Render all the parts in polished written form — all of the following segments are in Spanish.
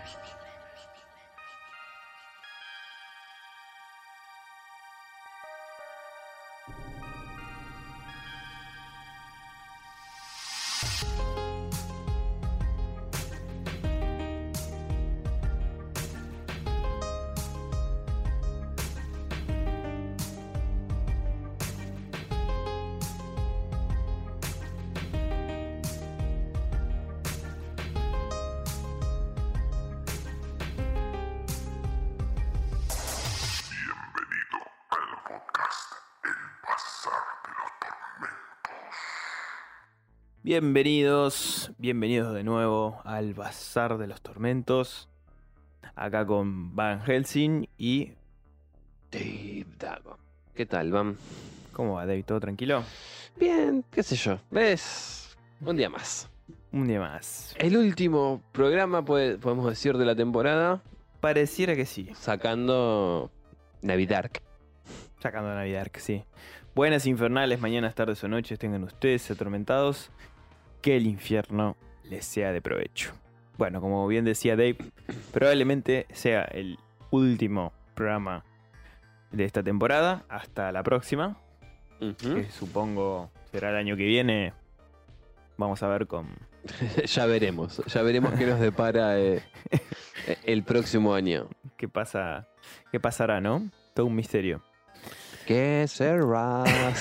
Bienvenidos de nuevo al Bazar de los Tormentos. Acá con Van Helsing y Dave Dago. ¿Qué tal, Van? ¿Cómo va, Dave? ¿Todo tranquilo? Bien, qué sé yo. ¿Ves? Un día más. Un día más. El último programa, podemos decir, de la temporada. Pareciera que sí. Sacando Navidark. Sacando Navidad, sí. Buenas infernales, mañanas, tardes o noches tengan ustedes atormentados. Que el infierno les sea de provecho. Bueno, como bien decía Dave, probablemente sea el último programa de esta temporada. Hasta la próxima. Que supongo será el año que viene. Vamos a ver con... Ya veremos qué nos depara el próximo año. ¿Qué pasará, no? Todo un misterio. ¿Qué será?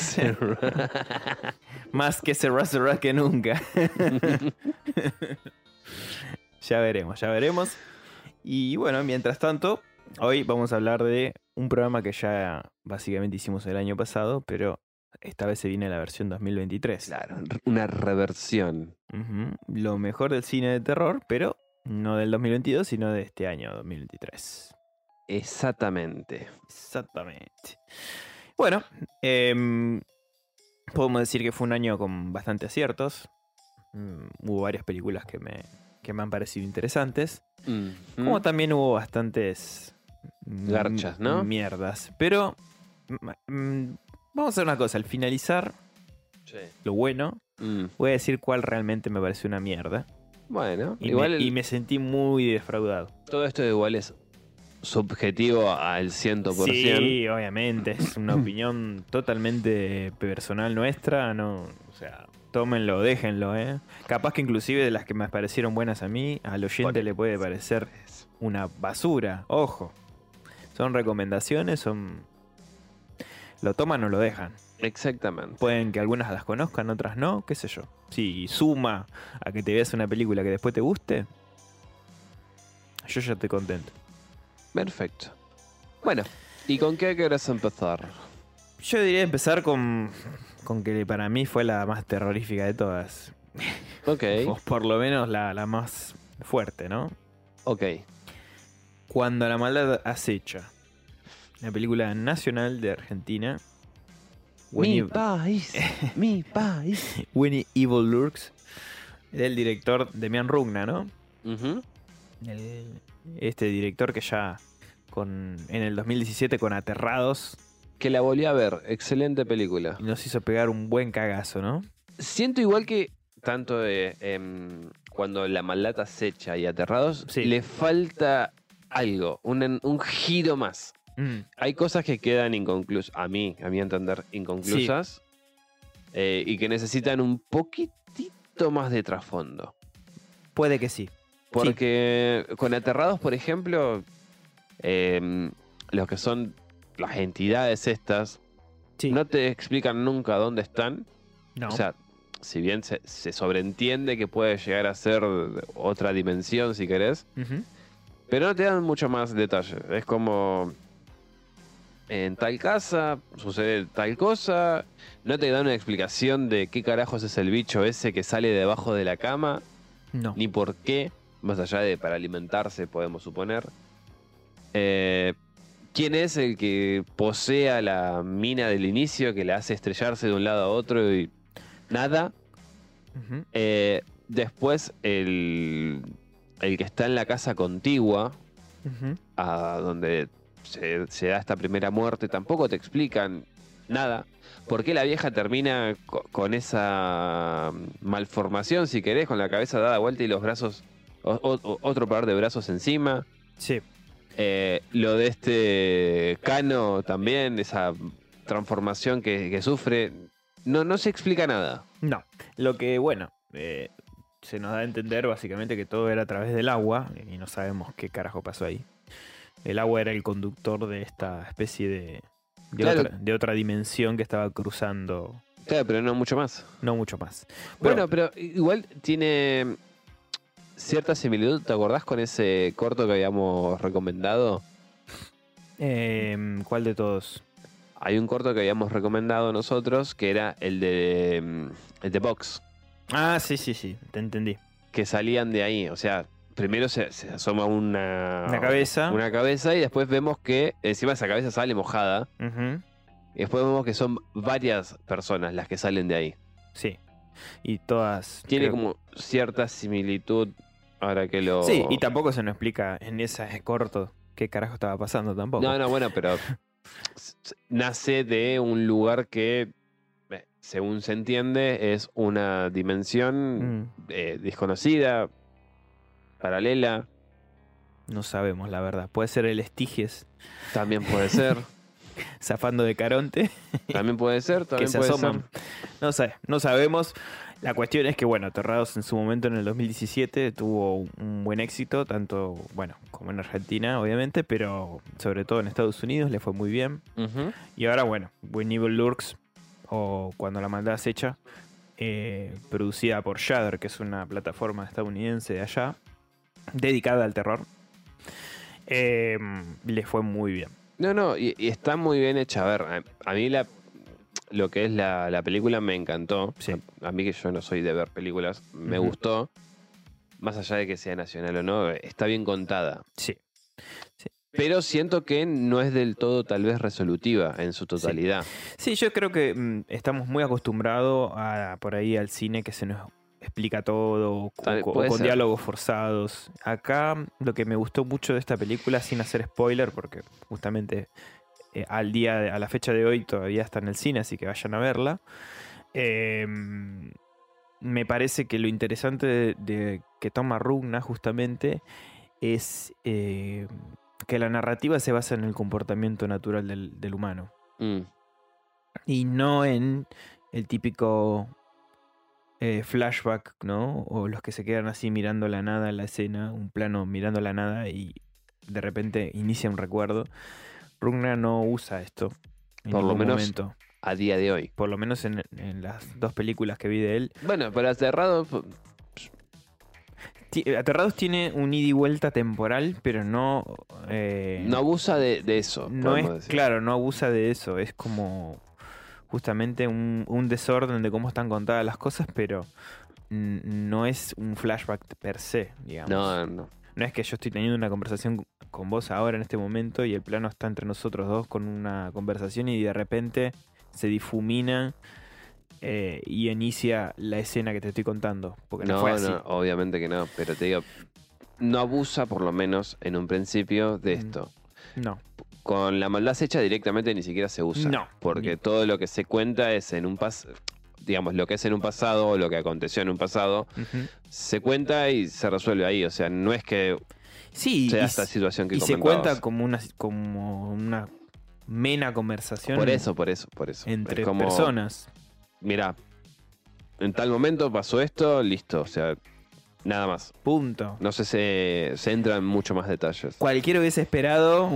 Más que será que nunca. Ya veremos. Y bueno, mientras tanto, hoy vamos a hablar de un programa que ya básicamente hicimos el año pasado, pero esta vez se viene la versión 2023. Claro, una reversión. Lo mejor del cine de terror, pero no del 2022, sino de este año 2023. Exactamente. Bueno, podemos decir que fue un año con bastante aciertos. Hubo varias películas que me han parecido interesantes. Como también hubo bastantes garchas, ¿no? Mierdas. Pero vamos a hacer una cosa. Al finalizar lo bueno, voy a decir cuál realmente me pareció una mierda. Bueno, y me sentí muy defraudado. Todo esto igual es subjetivo al 100%. Sí, obviamente. Es una opinión totalmente personal nuestra. No, o sea, tómenlo, déjenlo, Capaz que inclusive de las que me parecieron buenas a mí, al oyente le puede parecer una basura. Ojo. Son recomendaciones, lo toman o lo dejan. Exactamente. Pueden que algunas las conozcan, otras no, qué sé yo. Si suma a que te veas una película que después te guste, yo ya estoy contento. Perfecto. Bueno, ¿y con qué querés empezar? Yo diría empezar con que para mí fue la más terrorífica de todas. Ok. O por lo menos la más fuerte, ¿no? Ok. Cuando la maldad acecha. La película nacional de Argentina. Mi país. When Evil Lurks. Del director Demián Rugna, ¿no? Este director que ya en el 2017 con Aterrados. Que la volví a ver, excelente película. Y nos hizo pegar un buen cagazo, ¿no? Siento igual que tanto cuando la maldad acecha y Aterrados, le falta algo, un giro más. Hay cosas que quedan inconclusas, a mi entender, inconclusas, y que necesitan un poquitito más de trasfondo. Puede que sí. Porque con Aterrados, por ejemplo, los que son las entidades estas, no te explican nunca dónde están. No. O sea, si bien se sobreentiende que puede llegar a ser otra dimensión, si querés, pero no te dan mucho más detalle. Es como... En tal casa sucede tal cosa. No te dan una explicación de qué carajos es el bicho ese que sale debajo de la cama. No. Ni por qué. Más allá de para alimentarse, podemos suponer. ¿Quién es el que posee a la mina del inicio que la hace estrellarse de un lado a otro y nada? Después el que está en la casa contigua, a donde se da esta primera muerte, tampoco te explican nada. ¿Por qué la vieja termina con esa malformación, si querés, con la cabeza dada vuelta y los brazos otro par de brazos encima. Sí. Lo de este Cano también, esa transformación que sufre. No se explica nada. No. Lo que, bueno, se nos da a entender básicamente que todo era a través del agua y no sabemos qué carajo pasó ahí. El agua era el conductor de esta especie de Claro. de otra dimensión que estaba cruzando. Claro, pero no mucho más. No mucho más. Bueno, pero igual tiene cierta similitud. ¿Te acordás con ese corto que habíamos recomendado? ¿Cuál de todos? Hay un corto que habíamos recomendado nosotros que era el de Box, Ah, sí, te entendí. que salían de ahí. O sea, primero se asoma Una cabeza. una cabeza y después vemos que encima esa cabeza sale mojada. Ujú. Y después vemos que son varias personas las que salen de ahí. Sí. Y todas. Tiene creo- como cierta similitud ahora que lo... Sí, y tampoco se nos explica en ese corto qué carajo estaba pasando tampoco. No, bueno, pero nace de un lugar que, según se entiende, es una dimensión desconocida, paralela. No sabemos, la verdad. Puede ser el Estigies También puede ser. zafando de Caronte. También puede ser. que También se puede asoman. No sé, no sabemos. La cuestión es que, bueno, Aterrados en su momento en el 2017 tuvo un buen éxito, tanto, bueno, como en Argentina, obviamente, pero sobre todo en Estados Unidos le fue muy bien. ser. Ujú. Y ahora, bueno, When Evil Lurks, o Cuando la maldad acecha, producida por Shudder, que es una plataforma estadounidense de allá, dedicada al terror, le fue muy bien. No, y está muy bien hecha. A ver, a mí lo que es la película me encantó. Sí. A mí, que yo no soy de ver películas, me Ujú. gustó. Más allá de que sea nacional o no, está bien contada. Sí. Pero siento que no es del todo tal vez resolutiva en su totalidad. Sí, yo creo que estamos muy acostumbrados por ahí al cine que se nos explica todo, o Puede con ser. diálogos forzados. Acá lo que me gustó mucho de esta película, sin hacer spoiler, porque justamente a la fecha de hoy todavía está en el cine, así que vayan a verla. Me parece que lo interesante de que toma Rugna justamente es que la narrativa se basa en el comportamiento natural del humano. Mm. Y no en el típico flashback, ¿no? O los que se quedan así mirando la nada en la escena, un plano mirando la nada y de repente inicia un recuerdo. Rugna no usa esto en Por lo ningún menos momento. A día de hoy. Por lo menos en las dos películas que vi de él. Bueno, pero Aterrado, Aterrados tiene un ida y vuelta temporal, pero no... no abusa de eso. no podemos es, decir. claro, no abusa de eso. Es como justamente un desorden de cómo están contadas las cosas, pero no es un flashback per se, digamos. No. No es que yo estoy teniendo una conversación con vos ahora en este momento y el plano está entre nosotros dos con una conversación y de repente se difumina y inicia la escena que te estoy contando. Porque no fue así. No, obviamente que no. Pero te digo, no abusa por lo menos en un principio de Mm. esto. No. Con la maldad hecha directamente ni siquiera se usa. No. Porque Ni- todo lo que se cuenta es en un digamos, lo que es en un pasado o lo que aconteció en un pasado, Ujú. se cuenta y se resuelve ahí. O sea, no es que Sí, sea y, esta situación que y se comentabas. cuenta como una mena conversación Por eso. entre Es como, personas. Mira, en tal momento pasó esto, listo. O sea, nada más. Punto. No sé si se entra en mucho más detalles. Cualquiera hubiese esperado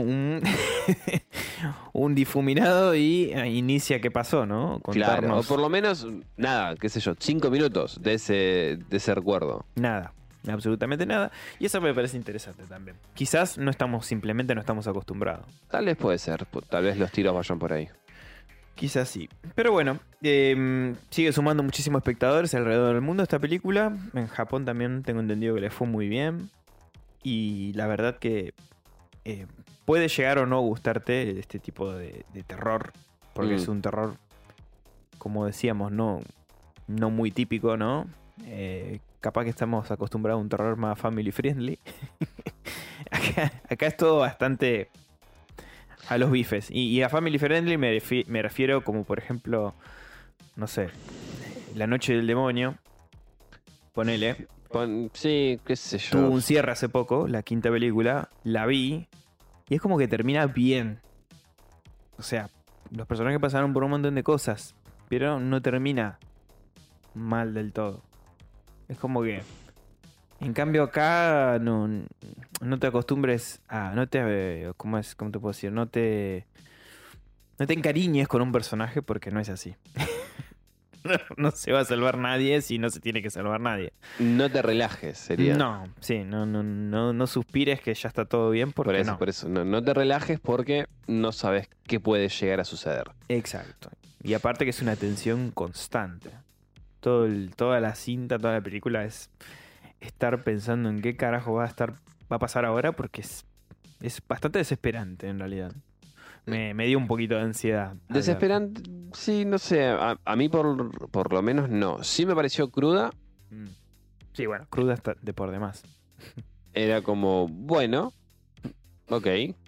un difuminado y inicia qué pasó, ¿no? Claro, o Contarnos por lo menos, nada, qué sé yo, 5 minutos de ese recuerdo. nada, absolutamente nada. Y eso me parece interesante también. Quizás simplemente no estamos acostumbrados. Tal vez puede ser, tal vez los tiros vayan por ahí. Quizás sí. Pero bueno, sigue sumando muchísimos espectadores alrededor del mundo esta película. En Japón también tengo entendido que le fue muy bien. Y la verdad que puede llegar o no gustarte este tipo de terror. Porque es un terror, como decíamos, no muy típico, ¿no? Capaz que estamos acostumbrados a un terror más family friendly. Acá es todo bastante a los bifes. Y a family friendly me refiero como, por ejemplo, no sé, La Noche del Demonio. Ponele. Sí, qué sé yo. Tuvo un cierre hace poco, la quinta película, la vi, y es como que termina bien. O sea, los personajes pasaron por un montón de cosas, pero no termina mal del todo. Es como que... En cambio acá no te acostumbres a... ¿Cómo te puedo decir? No te encariñes con un personaje porque no es así. No se va a salvar nadie si no se tiene que salvar nadie. No te relajes, sería. No, sí, no suspires que ya está todo bien porque Por eso. No te relajes porque no sabes qué puede llegar a suceder. Exacto. Y aparte que es una tensión constante. Toda la cinta, toda la película es estar pensando en qué carajo va a pasar ahora porque es bastante desesperante en realidad. Me dio un poquito de ansiedad. Desesperante, sí, no sé. A mí por lo menos no. Sí me pareció cruda. Sí, bueno, cruda está de por demás. Era como, bueno, ok.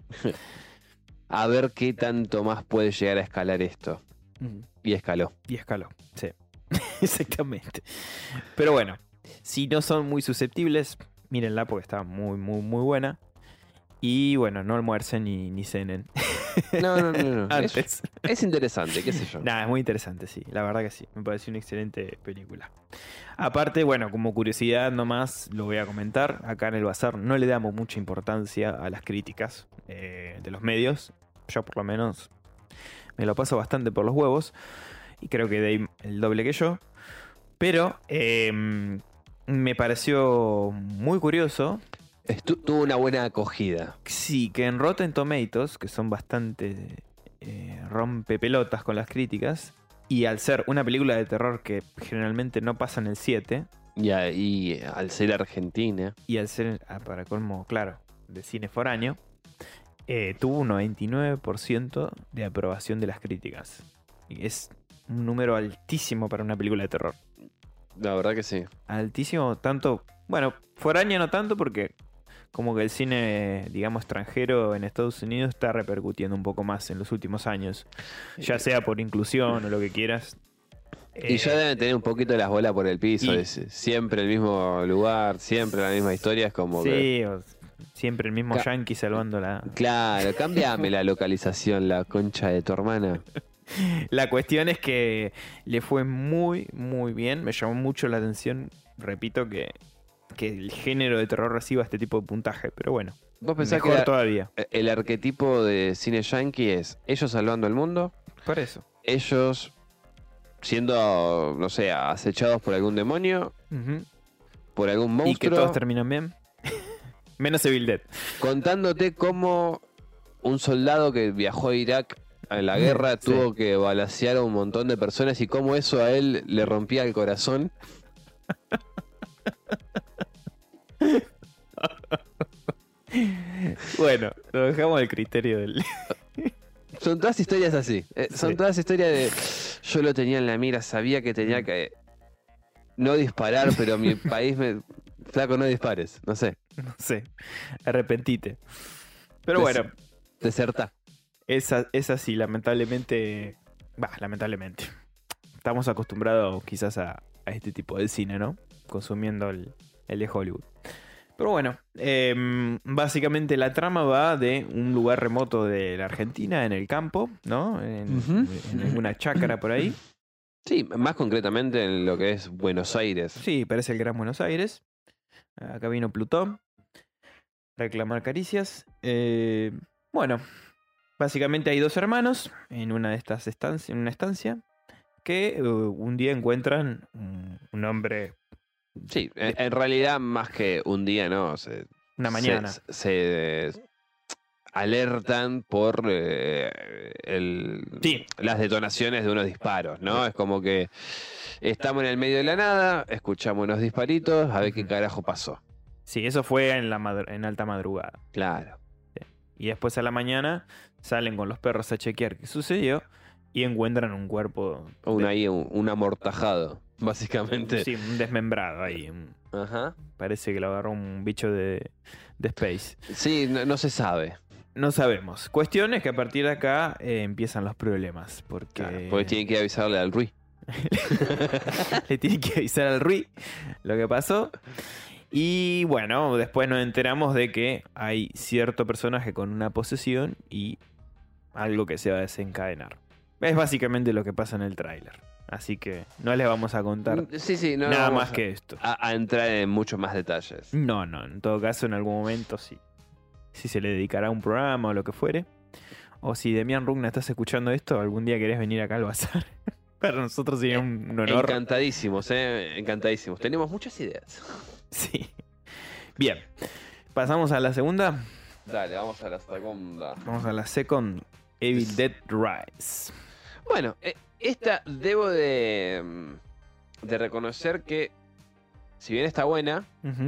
A ver qué tanto más puede llegar a escalar esto. Y escaló. Y escaló, sí. Exactamente. Pero bueno, si no son muy susceptibles, mírenla porque está muy, muy, muy buena. Y bueno, no almuercen ni cenen. No. Antes. Es interesante, qué sé yo. Nada, es muy interesante, sí. La verdad que sí. Me pareció una excelente película. Aparte, bueno, como curiosidad nomás lo voy a comentar. Acá en el Bazar no le damos mucha importancia a las críticas de los medios. Yo por lo menos me lo paso bastante por los huevos. Y creo que Dave el doble que yo. Pero me pareció muy curioso. Tuvo una buena acogida. Sí, que en Rotten Tomatoes, que son bastante rompepelotas con las críticas, y al ser una película de terror que generalmente no pasa en el 7, Y al ser Argentina. y al ser, para colmo, claro, de cine foráneo, tuvo un 99% de aprobación de las críticas. Y es un número altísimo para una película de terror. La verdad que sí. Altísimo, tanto, bueno, foráneo no tanto porque como que el cine, digamos, extranjero en Estados Unidos está repercutiendo un poco más en los últimos años. Ya sea por inclusión o lo que quieras. Y ya deben tener un poquito las bolas por el piso. Siempre el mismo lugar, siempre la misma historia. Es como que... siempre el mismo yankee salvándola. Claro, cámbiame la localización, la concha de tu hermana. La cuestión es que le fue muy, muy bien. Me llamó mucho la atención, repito, que el género de terror reciba este tipo de puntaje. Pero bueno, ¿Vos pensás mejor que todavía. El arquetipo de cine yankee es ellos salvando el mundo? Por eso. Ellos siendo, no sé, acechados por algún demonio, por algún monstruo. Y que todos terminan bien. Menos Evil Dead. Contándote cómo un soldado que viajó a Irak en la guerra tuvo que balacear a un montón de personas y cómo eso a él le rompía el corazón. Bueno, lo dejamos al criterio del... Son todas historias así. Son todas historias de... Yo lo tenía en la mira, sabía que tenía que no disparar, pero mi país me... Flaco, no dispares. No sé. No sé. Arrepentite. Pero bueno. Desertá. Es así, lamentablemente... lamentablemente. Estamos acostumbrados quizás a este tipo de cine, ¿no? Consumiendo el de Hollywood. Pero bueno, básicamente la trama va de un lugar remoto de la Argentina, en el campo, ¿no? En alguna chácara por ahí. Sí, más concretamente en lo que es Buenos Aires. Sí, parece el Gran Buenos Aires. Acá vino Plutón a reclamar caricias. Bueno, básicamente hay dos hermanos en una de estas estancia, que un día encuentran un hombre. Sí, en realidad más que un día, ¿no? Una mañana. Se alertan por las detonaciones de unos disparos, ¿no? Es como que estamos en el medio de la nada, escuchamos unos disparitos, a ver qué carajo pasó. Sí, eso fue en alta madrugada. Claro. Sí. Y después a la mañana salen con los perros a chequear qué sucedió y encuentran un cuerpo... Un amortajado, básicamente. Sí, un desmembrado ahí. Ajá. Parece que lo agarró un bicho de Space. Sí, no se sabe. No sabemos. Cuestión es que a partir de acá empiezan los problemas. Porque tienen que avisarle al Rui. Le tiene que avisar al Rui lo que pasó. Y bueno, después nos enteramos de que hay cierto personaje con una posesión y algo que se va a desencadenar. Es básicamente lo que pasa en el tráiler. Así que no les vamos a contar Sí, no nada vamos más que esto. a entrar en muchos más detalles. No, en todo caso en algún momento sí. Si se le dedicará un programa o lo que fuere. O si Demian Rugna estás escuchando esto, algún día querés venir acá al bazar. Para nosotros sería un honor. Encantadísimos, encantadísimos. Tenemos muchas ideas. Sí. Bien. Pasamos a la segunda. Dale, vamos a la segunda. Vamos a la second. Evil Dead Rise. Bueno, esta debo de reconocer que, si bien está buena,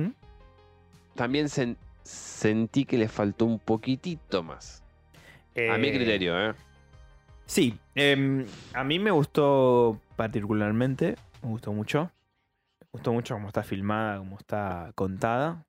también sentí que le faltó un poquitito más. A mi criterio, ¿eh? Sí, a mí me gustó particularmente, me gustó mucho. Me gustó mucho cómo está filmada, cómo está contada.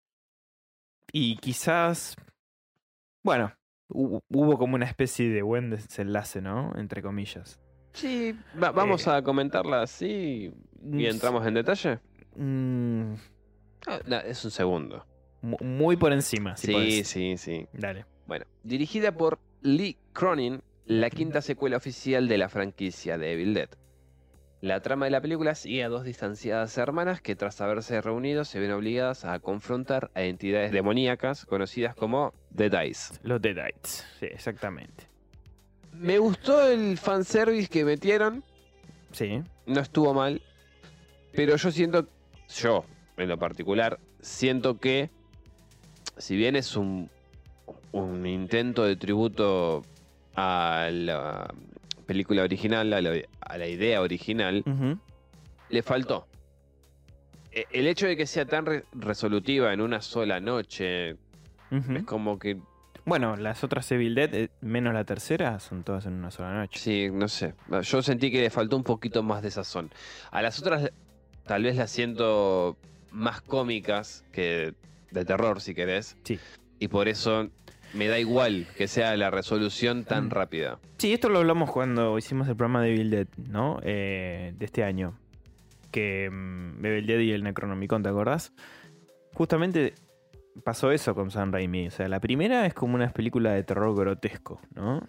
Y quizás, bueno, hubo como una especie de buen desenlace, ¿no? Entre comillas. Sí, vamos a comentarla así y entramos en detalle. No, es un segundo. Muy por encima, si podés. Sí. Dale. Bueno, dirigida por Lee Cronin, la quinta secuela oficial de la franquicia de Evil Dead. La trama de la película sigue a dos distanciadas hermanas que tras haberse reunido se ven obligadas a confrontar a entidades demoníacas conocidas como Deadites. Los Deadites, sí, exactamente. Me gustó el fanservice que metieron. Sí. No estuvo mal. Pero yo en lo particular, siento que si bien es un intento de tributo a la película original, a la idea original, le faltó. El hecho de que sea tan resolutiva en una sola noche, es como que... Bueno, las otras Evil Dead, menos la tercera, son todas en una sola noche. Sí, no sé. Yo sentí que le faltó un poquito más de sazón. A las otras tal vez las siento más cómicas que de terror, si querés. Sí. Y por eso me da igual que sea la resolución tan rápida. Sí, esto lo hablamos cuando hicimos el programa de Evil Dead, ¿no? De este año. Que Evil Dead y el Necronomicon, ¿te acordás? Justamente pasó eso con Sam Raimi. O sea, la primera es como una película de terror grotesco, ¿no?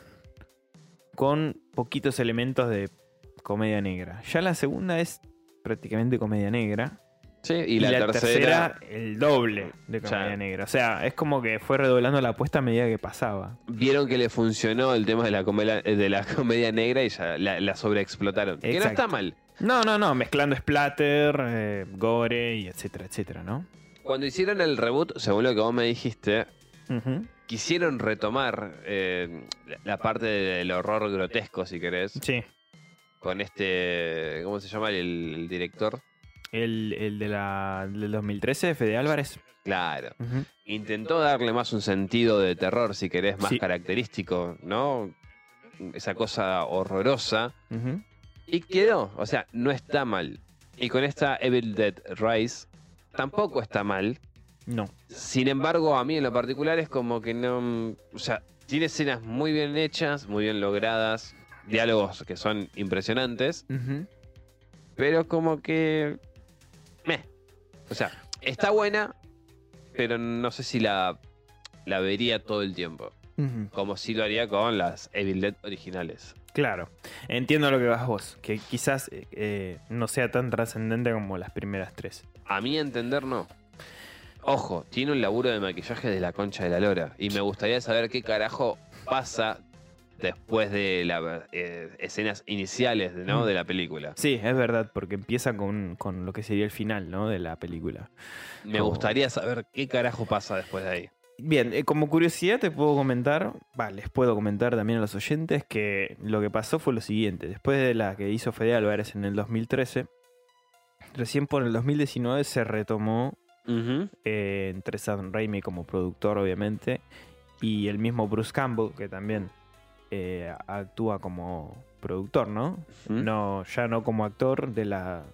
Con poquitos elementos de comedia negra. Ya la segunda es prácticamente comedia negra. Sí, y la tercera el doble de comedia negra. O sea, es como que fue redoblando la apuesta a medida que pasaba. Vieron que le funcionó el tema de la comedia negra y ya la sobreexplotaron. Exacto. Que no está mal. No, mezclando splatter, gore y etcétera, ¿no? Cuando hicieron el reboot, según lo que vos me dijiste, quisieron retomar la parte del horror grotesco, si querés. Sí. Con ¿cómo se llama el director? El del 2013, Fede Álvarez. Claro. Intentó darle más un sentido de terror, si querés, más característico, ¿no? Esa cosa horrorosa. Y quedó, o sea, no está mal. Y con esta Evil Dead Rise tampoco está mal. No. Sin embargo, a mí en lo particular es como que no... O sea, tiene escenas muy bien hechas, muy bien logradas, diálogos que son impresionantes, pero como que... O sea, está buena, pero no sé si la vería todo el tiempo. Como si lo haría con las Evil Dead originales. Claro, entiendo lo que vas vos, que quizás no sea tan trascendente como las primeras tres. A mi entender, no. Ojo, tiene un laburo de maquillaje de la concha de la lora. Y me gustaría saber qué carajo pasa después de las escenas iniciales, ¿no? de la película. Sí, es verdad, porque empieza con lo que sería el final, ¿no? De la película. Me gustaría saber qué carajo pasa después de ahí. Bien, como curiosidad te puedo comentar, les puedo comentar también a los oyentes que lo que pasó fue lo siguiente. Después de la que hizo Fede Álvarez en el 2013, recién por el 2019 se retomó entre Sam Raimi como productor, obviamente, y el mismo Bruce Campbell, que también actúa como productor, ¿no? Ya no como actor de la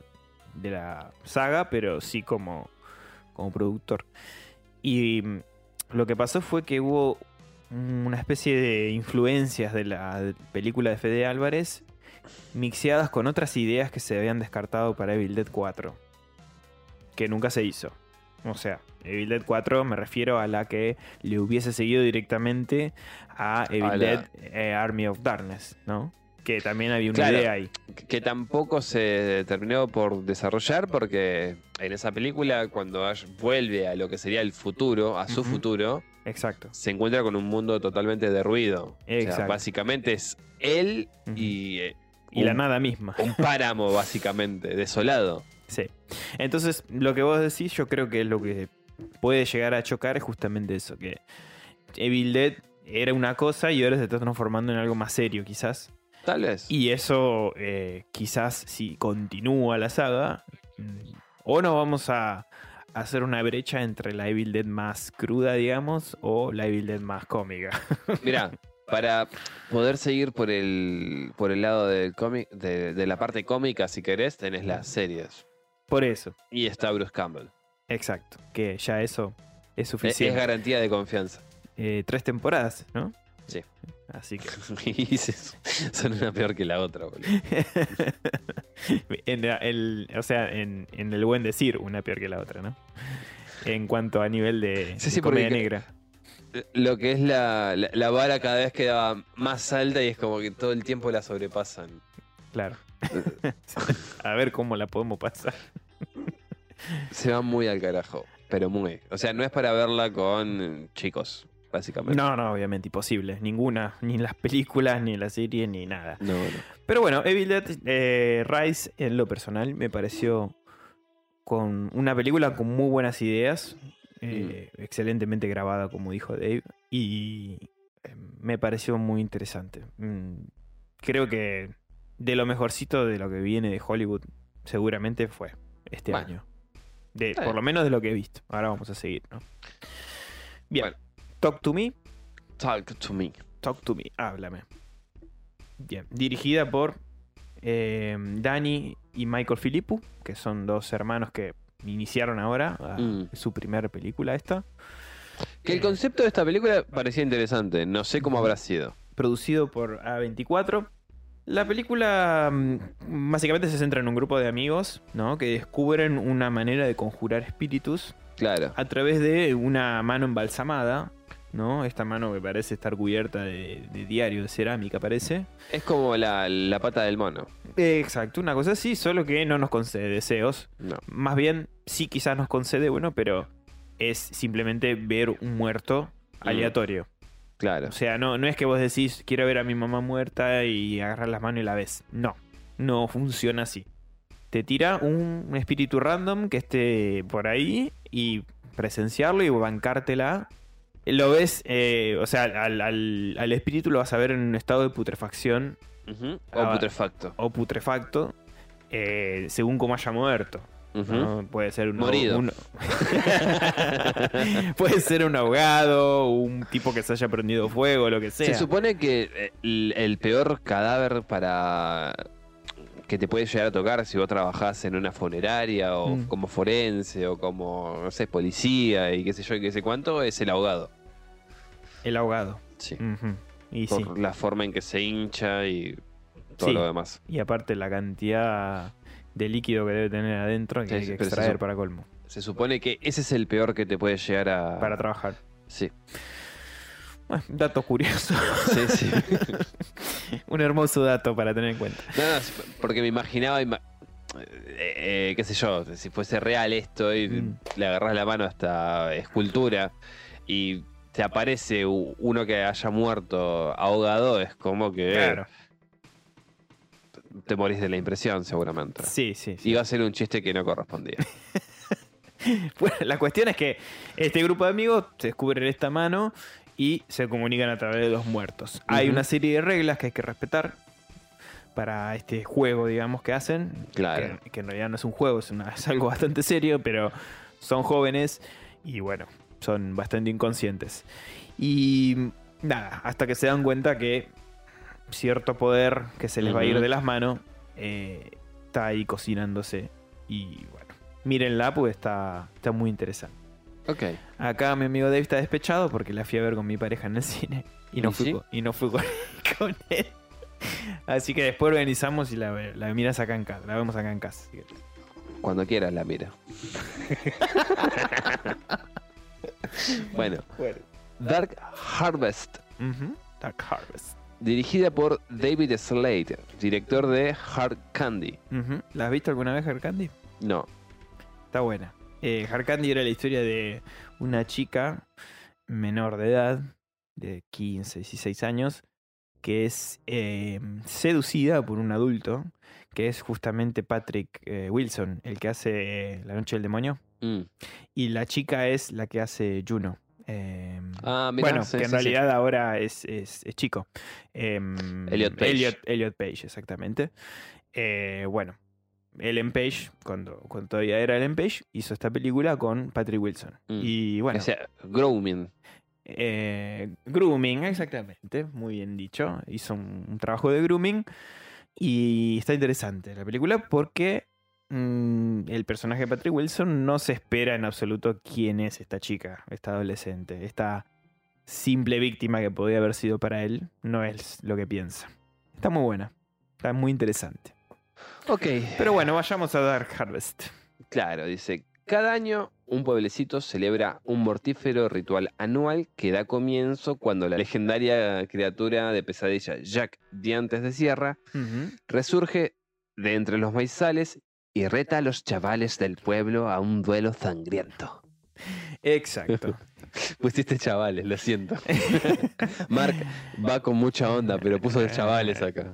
saga, pero sí como productor. Y lo que pasó fue que hubo una especie de influencias de la película de Fede Álvarez mixeadas con otras ideas que se habían descartado para Evil Dead 4, que nunca se hizo. O sea, Evil Dead 4 me refiero a la que le hubiese seguido directamente a Evil Dead Army of Darkness, ¿no? Que también había una idea ahí. Que tampoco se terminó por desarrollar porque en esa película, cuando Ash vuelve a lo que sería el futuro, a su futuro, exacto, se encuentra con un mundo totalmente derruido. Exacto. O sea, básicamente es él y la nada misma. Un páramo, básicamente, desolado. Sí. Entonces, lo que vos decís, yo creo que lo que puede llegar a chocar es justamente eso, que Evil Dead era una cosa y ahora se está transformando en algo más serio, quizás. Tal vez. Y eso, quizás, si continúa la saga, o no vamos a hacer una brecha entre la Evil Dead más cruda, digamos, o la Evil Dead más cómica. Mirá, para poder seguir por el lado del cómic, de la parte cómica, si querés, tenés las series. Por eso. Y está Bruce Campbell. Exacto, que ya eso es Es suficiente. garantía de confianza. 3 temporadas, ¿no? Sí. Así que... Y son una peor que la otra, boludo. O sea, en el buen decir, una peor que la otra, ¿no? En cuanto a nivel de comedia negra. Lo que es la vara cada vez queda más alta y es como que todo el tiempo la sobrepasan. Claro. A ver cómo la podemos pasar. Se va muy al carajo, pero muy. O sea, no es para verla con chicos, básicamente. No, obviamente imposible. Ninguna, ni en las películas, ni en la serie, ni nada. No. Pero bueno, Evil Dead Rise, en lo personal, me pareció con una película con muy buenas ideas. Excelentemente grabada, como dijo Dave. Y me pareció muy interesante. Creo que de lo mejorcito de lo que viene de Hollywood, seguramente fue este año. Por lo menos de lo que he visto. Ahora vamos a seguir, ¿no? Bien. Bueno. Talk to me. Talk to me. Talk to me. Háblame. Bien. Dirigida por Danny y Michael Philippou, que son dos hermanos que iniciaron ahora su primera película esta. Que el concepto de esta película parecía interesante. No sé cómo habrá sido. Producido por A24. La película básicamente se centra en un grupo de amigos, ¿no? Que descubren una manera de conjurar espíritus. Claro. A través de una mano embalsamada, ¿no? Esta mano que parece estar cubierta de diario, de cerámica, parece. Es como la pata del mono. Exacto, una cosa así, solo que no nos concede deseos. No. Más bien, sí quizás nos concede uno, pero es simplemente ver un muerto aleatorio. Claro. O sea, no es que vos decís, quiero ver a mi mamá muerta y agarrar las manos y la ves. No funciona así. Te tira un espíritu random que esté por ahí y presenciarlo y bancártela. Lo ves, o sea, al espíritu lo vas a ver en un estado de putrefacción. O putrefacto, según cómo haya muerto. ¿No? Puede ser morido. Puede ser un ahogado, un tipo que se haya prendido fuego, lo que sea. Se supone que el peor cadáver para que te puede llegar a tocar si vos trabajás en una funeraria o como forense o como, no sé, policía y qué sé yo y qué sé cuánto, es el ahogado. El ahogado. Sí. Y por la forma en que se hincha y todo lo demás. Y aparte la cantidad de líquido que debe tener adentro que hay que extraer para colmo. Se supone que ese es el peor que te puede llegar a... Para trabajar. Sí. Bueno, dato curioso. Sí. Un hermoso dato para tener en cuenta. No, porque me imaginaba, qué sé yo, si fuese real esto y le agarrás la mano hasta escultura y te aparece uno que haya muerto ahogado, es como que... Claro. Te morís de la impresión, seguramente. Sí. Iba a ser un chiste que no correspondía. Bueno, la cuestión es que este grupo de amigos se descubren esta mano y se comunican a través de los muertos. Hay una serie de reglas que hay que respetar para este juego, digamos, que hacen. Claro. Que en realidad no es un juego, es algo bastante serio, pero son jóvenes y bueno, son bastante inconscientes. Y nada, hasta que se dan cuenta que cierto poder que se les va a ir de las manos está ahí cocinándose. Y bueno, mírenla porque está muy interesante. Ok. Acá mi amigo Dave está despechado porque la fui a ver con mi pareja en el cine y no fui con él. Así que después organizamos y la miras acá en casa. La vemos acá en casa. Así que... Cuando quieras la mira. Bueno, Dark Harvest. Dark Harvest. Dirigida por David Slade, director de Hard Candy. ¿La has visto alguna vez, Hard Candy? No. Está buena. Hard Candy era la historia de una chica menor de edad, de 15, 16 años, que es seducida por un adulto, que es justamente Patrick Wilson, el que hace La Noche del Demonio. Y la chica es la que hace Juno. Mirá, bueno, sí, que en sí, realidad ahora es chico. Elliot Page. Elliot Page, exactamente. Bueno, Ellen Page, cuando todavía era Ellen Page, hizo esta película con Patrick Wilson. Y bueno. O sea, grooming. Grooming, exactamente. Muy bien dicho. Hizo un trabajo de grooming. Y está interesante la película porque el personaje de Patrick Wilson no se espera en absoluto quién es esta chica, esta adolescente. Esta simple víctima que podía haber sido para él no es lo que piensa. Está muy buena. Está muy interesante. Ok. Pero bueno, vayamos a Dark Harvest. Claro, dice, cada año un pueblecito celebra un mortífero ritual anual que da comienzo cuando la legendaria criatura de pesadilla Jack Dientes de Sierra resurge de entre los maizales y reta a los chavales del pueblo a un duelo sangriento. Exacto. Pusiste chavales, lo siento. Mark va con mucha onda, pero puso chavales acá.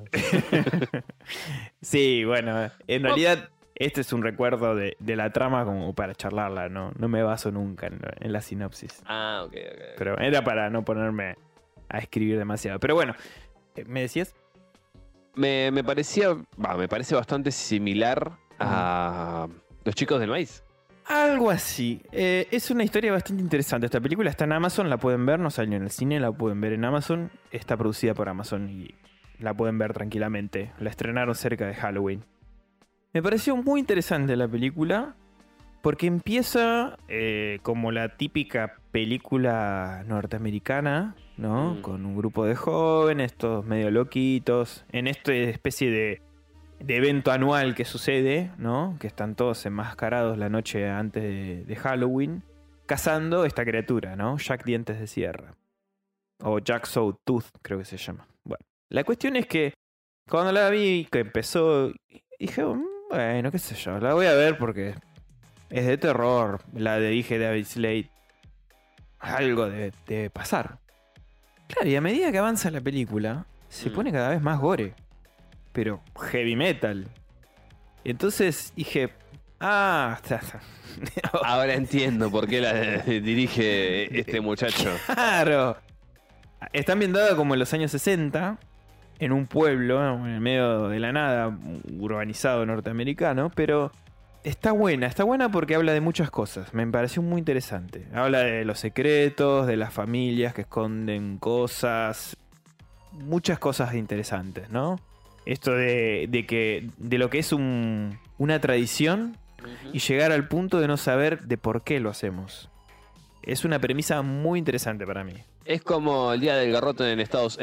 Sí, bueno, en realidad este es un recuerdo de la trama como para charlarla, no me baso nunca en la sinopsis. Ah, ok. Pero era para no ponerme a escribir demasiado. Pero bueno, ¿me decías? Me parece bastante similar a Los Chicos del Maíz. Algo así. Es una historia bastante interesante. Esta película está en Amazon, la pueden ver, no salió en el cine, la pueden ver en Amazon. Está producida por Amazon y la pueden ver tranquilamente. La estrenaron cerca de Halloween. Me pareció muy interesante la película porque empieza como la típica película norteamericana, ¿no? Con un grupo de jóvenes, todos medio loquitos, en esta especie de evento anual que sucede, ¿no? Que están todos enmascarados la noche antes de Halloween, cazando esta criatura, ¿no? Jack Dientes de Sierra. O Jack Sawtooth, creo que se llama. Bueno, la cuestión es que cuando la vi, que empezó, dije, bueno, qué sé yo, la voy a ver porque es de terror. La dije David Slade. Algo debe pasar. Claro, y a medida que avanza la película, se pone cada vez más gore. Pero heavy metal. Entonces dije, ahora entiendo por qué la dirige este muchacho. Claro. Está ambientada como en los años 60, en un pueblo, en el medio de la nada, urbanizado norteamericano, pero está buena porque habla de muchas cosas. Me pareció muy interesante. Habla de los secretos, de las familias que esconden cosas, muchas cosas interesantes, ¿no? Esto de lo que es una tradición y llegar al punto de no saber de por qué lo hacemos. Es una premisa muy interesante para mí. Es como el día del garrote en Estados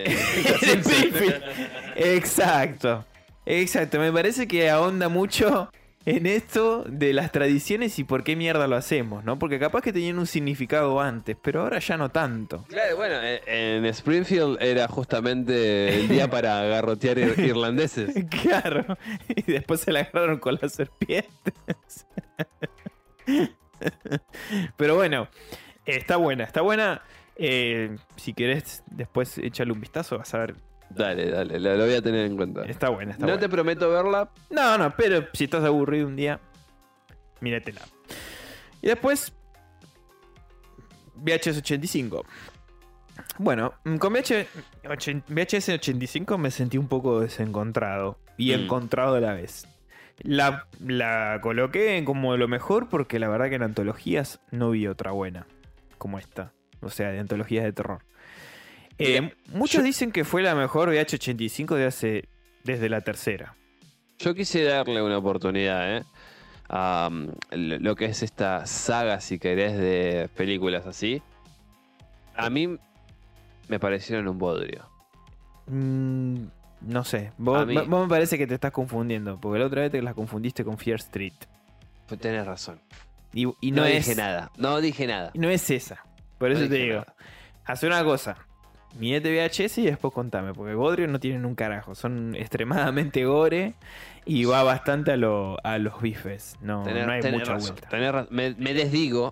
Exacto. Me parece que ahonda mucho en esto de las tradiciones y por qué mierda lo hacemos, ¿no? Porque capaz que tenían un significado antes, pero ahora ya no tanto. Claro, bueno, en Springfield era justamente el día para garrotear irlandeses. Claro, y después se la agarraron con las serpientes. Pero bueno, está buena. Si querés, después échale un vistazo, vas a ver. Dale, lo voy a tener en cuenta. Está buena. No te prometo verla. No, pero si estás aburrido un día, míratela. Y después, VHS 85. Bueno, con VHS 85 me sentí un poco desencontrado y encontrado a la vez. La coloqué como lo mejor porque la verdad que en antologías no vi otra buena como esta. O sea, de antologías de terror. Muchos dicen que fue la mejor VH 85 desde la tercera. Yo quise darle una oportunidad, a lo que es esta saga, si querés, de películas así. A mí me parecieron un bodrio. No sé, vos me parece que te estás confundiendo, porque la otra vez te la confundiste con Fear Street. Pues tenés razón. Y no dije nada. No dije nada. Y no es esa. Por eso te digo, haz una cosa. Mirate VHS y después contame, porque Godric no tienen un carajo. Son extremadamente gore y va bastante a los bifes. No hay mucha vuelta. Me desdigo.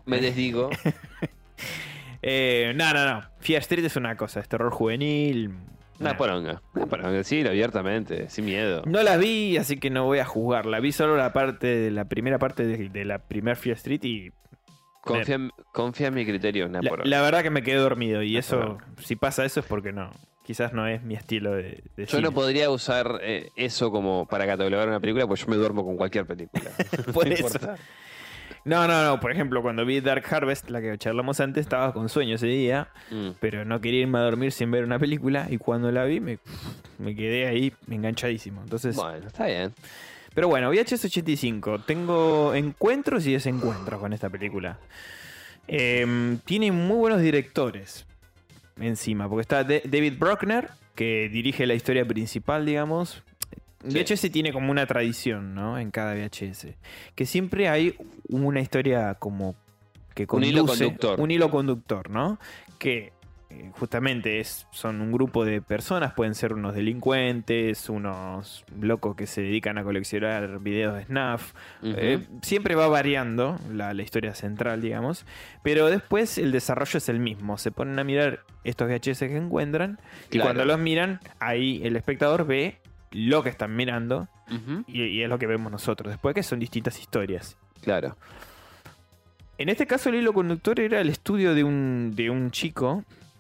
No. Fear Street es una cosa, es terror juvenil. Una poronga, sí, abiertamente, sin miedo. No la vi, así que no voy a juzgarla. Vi solo la primera parte de la primer Fear Street y... Confía en mi criterio. La verdad que me quedé dormido y eso, si pasa eso es porque no. Quizás no es mi estilo de Yo cine. no podría usar eso como para catalogar una película, porque yo me duermo con cualquier película. Por eso. No. Por ejemplo, cuando vi Dark Harvest, la que charlamos antes, estaba con sueño ese día, pero no quería irme a dormir sin ver una película y cuando la vi me quedé ahí enganchadísimo. Entonces, bueno, está bien. Pero bueno, VHS 85. Tengo encuentros y desencuentros con esta película. Tiene muy buenos directores encima, porque está David Bruckner, que dirige la historia principal, digamos. Sí. VHS tiene como una tradición, ¿no? En cada VHS. Que siempre hay una historia como que conduce... Un hilo conductor, ¿no? Que... justamente son un grupo de personas, pueden ser unos delincuentes, unos locos que se dedican a coleccionar videos de snuff. Siempre va variando la historia central, digamos, pero después el desarrollo es el mismo. Se ponen a mirar estos VHS que encuentran y cuando los miran, ahí el espectador ve lo que están mirando y es lo que vemos nosotros después, que son distintas historias. Claro. En este caso el hilo conductor era el estudio de un chico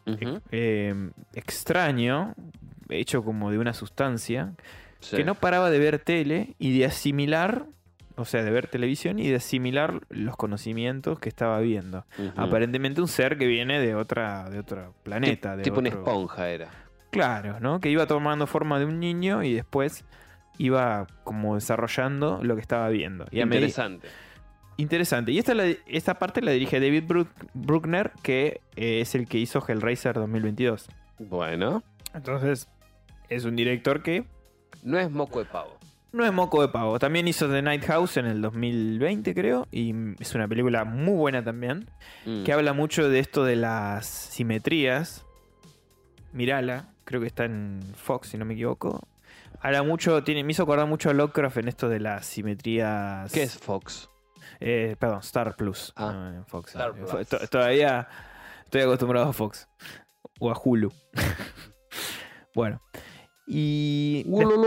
extraño, hecho como de una sustancia, que no paraba de ver tele y de asimilar, o sea, de ver televisión y de asimilar los conocimientos que estaba viendo. Aparentemente un ser que viene de otro planeta. Tipo una esponja era. Claro, ¿no? Que iba tomando forma de un niño y después iba como desarrollando lo que estaba viendo. Y Interesante. Y esta parte la dirige David Bruckner, que es el que hizo Hellraiser 2022. Bueno. Entonces, es un director que... no es moco de pavo. No es moco de pavo. También hizo The Night House en el 2020, creo. Y es una película muy buena también. Que habla mucho de esto de las simetrías. Mirala. Creo que está en Fox, si no me equivoco. Habla mucho... me hizo acordar mucho a Lovecraft en esto de las simetrías... ¿Qué es Fox? Perdón, Star Plus. Fox. Star Plus. Todavía estoy acostumbrado a Fox. O a Hulu. Bueno. Y...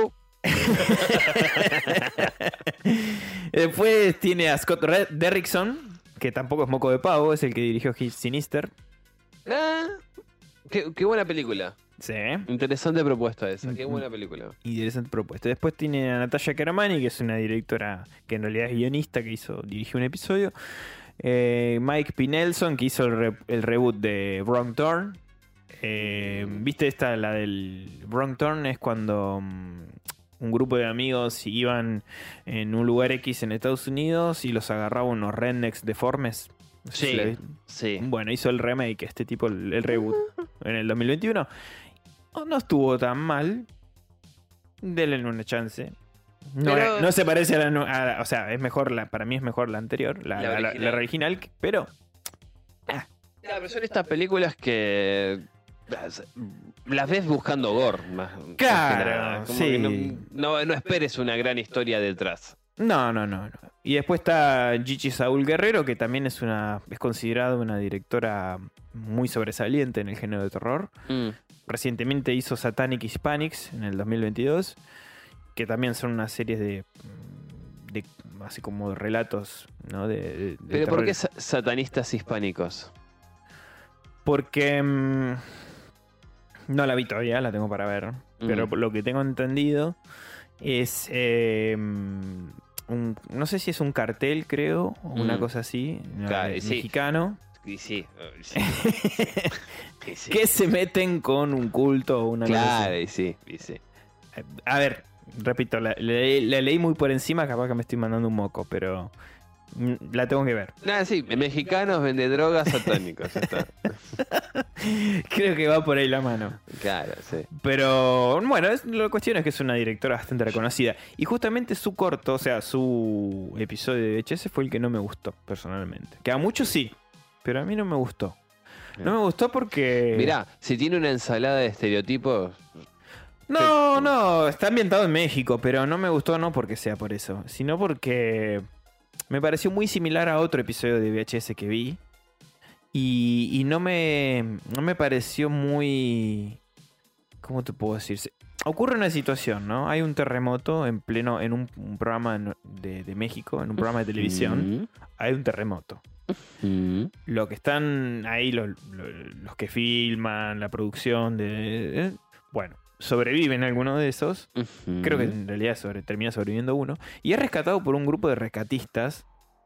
Después tiene a Scott Derrickson, que tampoco es moco de pavo, es el que dirigió Sinister. Qué buena película. Sí. Interesante propuesta esa, qué buena película. Interesante propuesta. Después tiene a Natasha Caramani, que es una directora que en realidad es guionista, que dirigió un episodio. Mike P. Nelson, que hizo el reboot de Wrong Turn. ¿Viste esta? La del Wrong Turn es cuando un grupo de amigos iban en un lugar X en Estados Unidos y los agarraban unos rednecks deformes. Sí. Bueno, hizo el remake, este tipo, el reboot, en el 2021. No estuvo tan mal. Denle una chance. No se parece o sea, es mejor para mí es mejor la anterior, la original, pero... pero son estas películas que... las ves buscando gore. Claro, sí. No esperes una gran historia detrás. No. Y después está Gigi Saúl Guerrero, que también es considerada una directora muy sobresaliente en el género de terror. Recientemente hizo Satanic Hispanics en el 2022, que también son una serie de así como relatos, ¿no? de ¿Pero terror. ¿Por qué satanistas hispánicos? Porque no la vi todavía, la tengo para ver. Pero por lo que tengo entendido es... no sé si es un cartel, creo, o una cosa así, claro, mexicano. Sí. Que se meten con un culto o una cosa así. Claro, sí. A ver, repito, la leí muy por encima, capaz que me estoy mandando un moco, pero la tengo que ver. Sí, mexicanos vende drogas satánicos, ya está. Creo que va por ahí la mano. Claro, sí. Pero bueno, la cuestión es que es una directora bastante reconocida. Y justamente su corto, o sea, su episodio de VHS fue el que no me gustó, personalmente. Que a muchos sí, pero a mí no me gustó. No me gustó porque... Mirá, si tiene una ensalada de estereotipos... No, está ambientado en México, pero no me gustó no porque sea por eso, sino porque me pareció muy similar a otro episodio de VHS que vi. Y no me pareció muy... ¿Cómo te puedo decir? Ocurre una situación, ¿no? Hay un terremoto en un programa de México, en un programa de televisión. Hay un terremoto. Lo que están ahí, los que filman, la producción bueno, sobreviven algunos de esos. Creo que en realidad termina sobreviviendo uno. Y es rescatado por un grupo de rescatistas.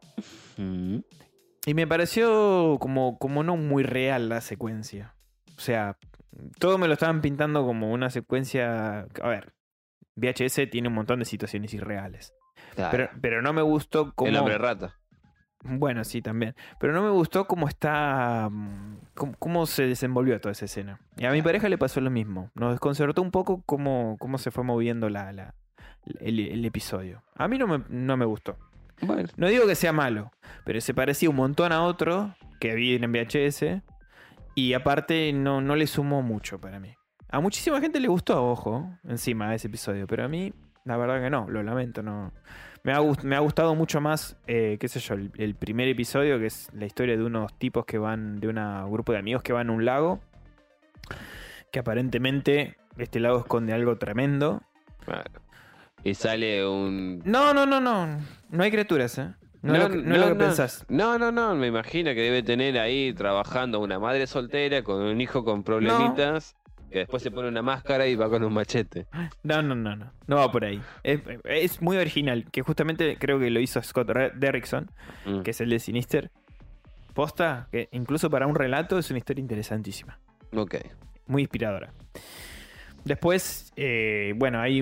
Y me pareció como no muy real la secuencia. O sea, todo me lo estaban pintando como una secuencia... A ver, VHS tiene un montón de situaciones irreales. Claro. Pero no me gustó cómo... El hombre rata. Bueno, sí, también. Pero no me gustó cómo está... Cómo se desenvolvió toda esa escena. Y a mi pareja le pasó lo mismo. Nos desconcertó un poco cómo se fue moviendo el episodio. A mí no me gustó. Bueno. No digo que sea malo, pero se parecía un montón a otro que vi en VHS. Y aparte no le sumó mucho para mí. A muchísima gente le gustó, ojo, encima de ese episodio. Pero a mí, la verdad que no, lo lamento, no. Me ha gustado mucho más, qué sé yo, el primer episodio, que es la historia de unos tipos que van, de un grupo de amigos que van a un lago. Que aparentemente este lago esconde algo tremendo. Bueno. Y sale un... No hay criaturas, ¿eh? No es lo que pensás. No, me imagino que debe tener ahí trabajando una madre soltera con un hijo con problemitas, que después se pone una máscara y va con un machete. No va por ahí. Es muy original, que justamente creo que lo hizo Scott Derrickson, que es el de Sinister. Posta, que incluso para un relato es una historia interesantísima. Ok. Muy inspiradora. Después, bueno, hay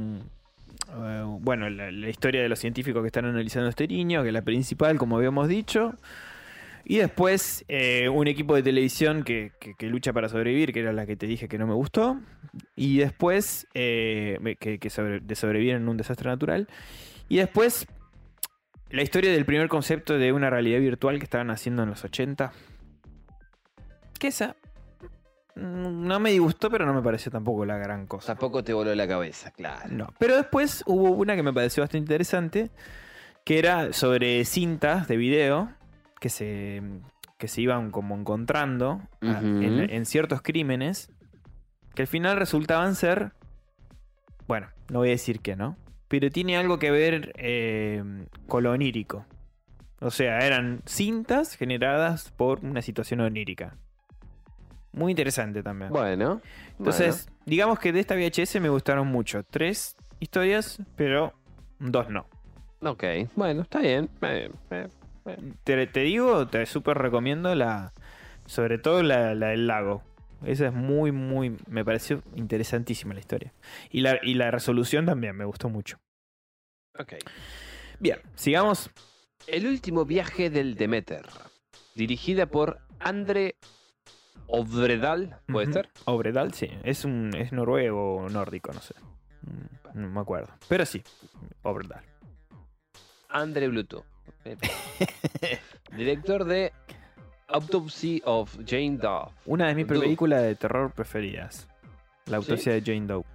la historia de los científicos que están analizando este niño, que es la principal, como habíamos dicho. Y después un equipo de televisión que lucha para sobrevivir, que era la que te dije que no me gustó. Y después de sobrevivir en un desastre natural. Y después la historia del primer concepto de una realidad virtual que estaban haciendo en los 80. Que esa no me disgustó, pero no me pareció tampoco la gran cosa. Tampoco te voló la cabeza, claro. No. Pero después hubo una que me pareció bastante interesante, que era sobre cintas de video que se iban como encontrando en ciertos crímenes, que al final resultaban ser... Bueno, no voy a decir que no, pero tiene algo que ver con lo onírico. O sea, eran cintas generadas por una situación onírica. Muy interesante también. Bueno. Entonces, digamos que de esta VHS me gustaron mucho. 3 historias, pero 2 no. Ok, bueno, está bien. Te digo, te súper recomiendo sobre todo la del lago. Esa es muy, me pareció interesantísima la historia. Y la resolución también me gustó mucho. Ok. Bien, sigamos. El último viaje del Demeter. Dirigida por André Obredal, ¿puede ser? Obredal, sí. Es noruego o nórdico, no sé. No me acuerdo. Pero sí, Obredal. André Bluto. Director de Autopsy of Jane Doe. Una de mis películas de terror preferidas. La autopsia de Jane Doe.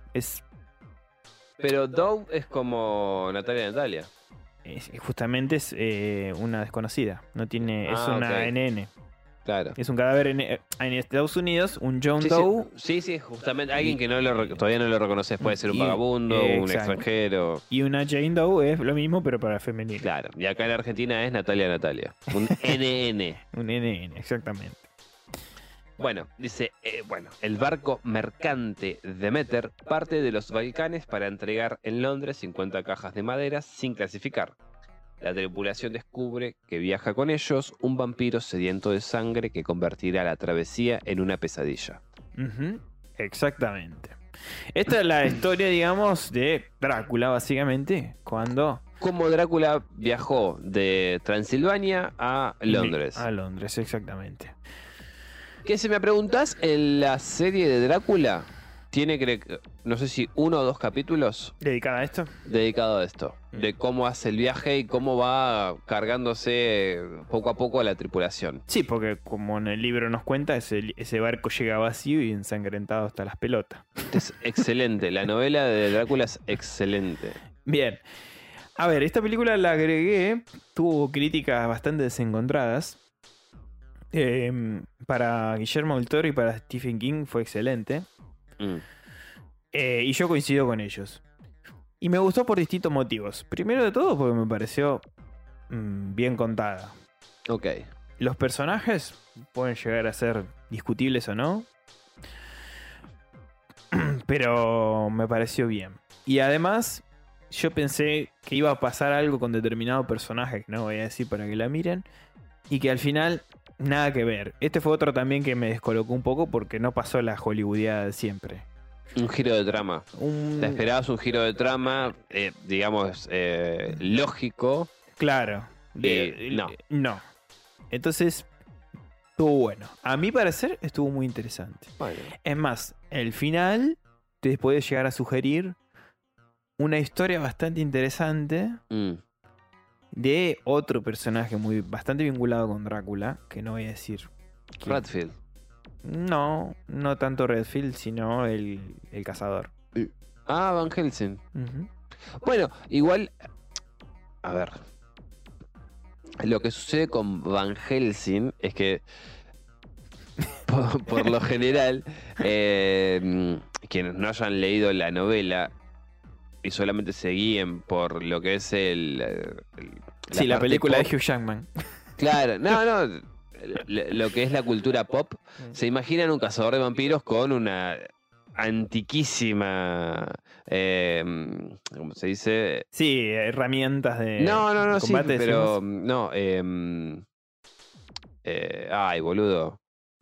Pero Doe es como Natalia. Justamente es una desconocida. No tiene. Es una NN. Claro. Es un cadáver en Estados Unidos, un John Doe. Sí, justamente alguien que todavía no lo reconoces. Puede ser un vagabundo, un extranjero. Y una Jane Doe es lo mismo, pero para femenino. Claro, y acá en Argentina es Natalia. Un NN. Un NN, exactamente. Bueno, dice, el barco mercante Demeter parte de los Balcanes para entregar en Londres 50 cajas de madera sin clasificar. La tripulación descubre que viaja con ellos un vampiro sediento de sangre que convertirá la travesía en una pesadilla. Exactamente. Esta es la historia, digamos, de Drácula, básicamente, Cómo Drácula viajó de Transilvania a Londres. A Londres, exactamente. Que si me preguntás, en la serie de Drácula tiene, no sé si 1 o 2 capítulos ¿Dedicada a esto? dedicado a esto. De cómo hace el viaje y cómo va cargándose poco a poco a la tripulación. Sí, porque como en el libro nos cuenta, ese barco llega vacío y ensangrentado hasta las pelotas. Es excelente. La novela de Drácula es excelente. Bien. A ver, esta película la agregué, tuvo críticas bastante desencontradas. Para Guillermo del Toro y para Stephen King fue excelente. Y yo coincido con ellos. Y me gustó por distintos motivos. Primero de todo porque me pareció bien contada. Ok. Los personajes pueden llegar a ser discutibles o no. Pero me pareció bien. Y además, yo pensé que iba a pasar algo con determinado personaje, que no voy a decir para que la miren. Y que al final, nada que ver. Este fue otro también que me descolocó un poco porque no pasó la hollywoodiada de siempre. Un giro de trama. Te esperabas un giro de trama, digamos, lógico. Claro. No. No. Entonces, estuvo bueno. A mi parecer, estuvo muy interesante. Bueno. Es más, el final te puede llegar a sugerir una historia bastante interesante de otro personaje bastante vinculado con Drácula, que no voy a decir. Redfield. No tanto Redfield, sino el cazador. Van Helsing. Bueno, igual, a ver, lo que sucede con Van Helsing es que por lo general, quienes no hayan leído la novela y solamente se guíen por lo que es la película pop, de Hugh Jackman. Claro, no, lo que es la cultura pop, se imaginan un cazador de vampiros con una antiquísima, ¿cómo se dice? Sí, herramientas de No, combate. Sí, pero no, ay, boludo.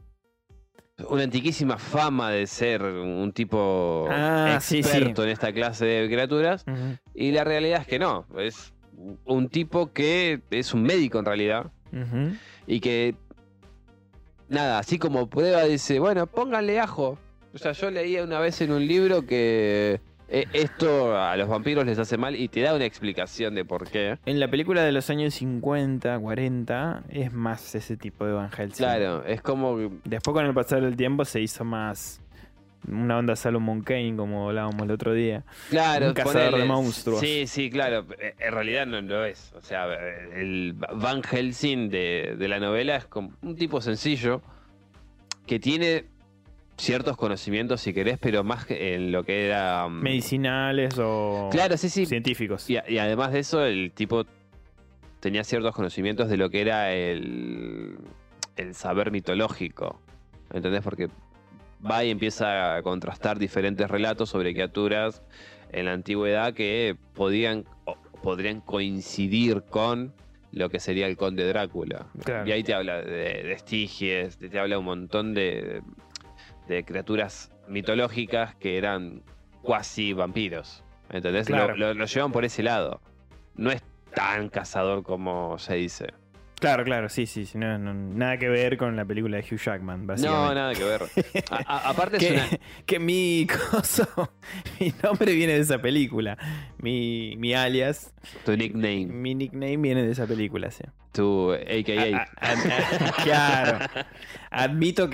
Una antiquísima fama de ser un tipo experto en esta clase de criaturas. Y la realidad es que no. Es un tipo que es un médico en realidad. Y que, nada, así como prueba dice, bueno, pónganle ajo. O sea, yo leía una vez en un libro que esto a los vampiros les hace mal y te da una explicación de por qué. En la película de los años 50, 40, es más ese tipo de Van Helsing. Claro, es como... Después con el pasar del tiempo se hizo más una onda Solomon Kane, como hablábamos el otro día. Claro, un cazador de monstruos. Sí, claro. En realidad no lo es. O sea, el Van Helsing de la novela es como un tipo sencillo que tiene ciertos conocimientos, si querés, pero más en lo que era... medicinales o claro, sí. Científicos. Y además de eso, el tipo tenía ciertos conocimientos de lo que era el saber mitológico. ¿Entendés? Porque va y empieza a contrastar diferentes relatos sobre criaturas en la antigüedad que podrían coincidir con lo que sería el conde Drácula. Claro. Y ahí te habla de Estigies, te habla un montón de criaturas mitológicas que eran cuasi vampiros. ¿Entendés? Claro. Lo llevan por ese lado. No es tan cazador como se dice. Claro, sí. No, nada que ver con la película de Hugh Jackman, básicamente. No, nada que ver. Aparte que mi nombre viene de esa película. Mi alias. Tu nickname. Mi nickname viene de esa película, sí. Tu AKA. Claro. Admito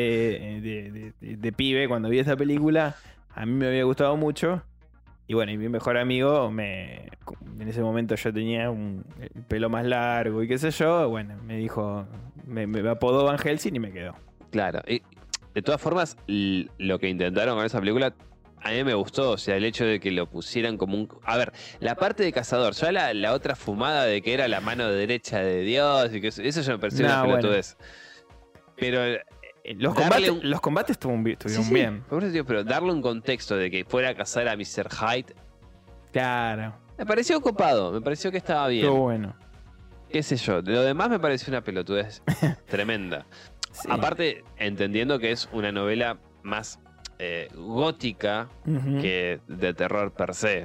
que de pibe, cuando vi esa película, a mí me había gustado mucho. Y bueno, y mi mejor amigo, en ese momento yo tenía el pelo más largo y qué sé yo, bueno, me dijo, me apodó Van Helsing y me quedó. Claro, y de todas formas, lo que intentaron con esa película, a mí me gustó, o sea, el hecho de que lo pusieran como un... A ver, la parte de cazador, ya la otra fumada de que era la mano derecha de Dios, y que eso ya me pareció una pelotudez. Bueno. Pero... Los combates estuvieron bien. Por eso digo, pero darle un contexto de que fuera a cazar a Mr. Hyde. Claro. Me pareció copado, me pareció que estaba bien. Estuvo bueno. Qué sé yo, de lo demás me pareció una pelotudez tremenda. Sí. Aparte, entendiendo que es una novela más gótica que de terror per se.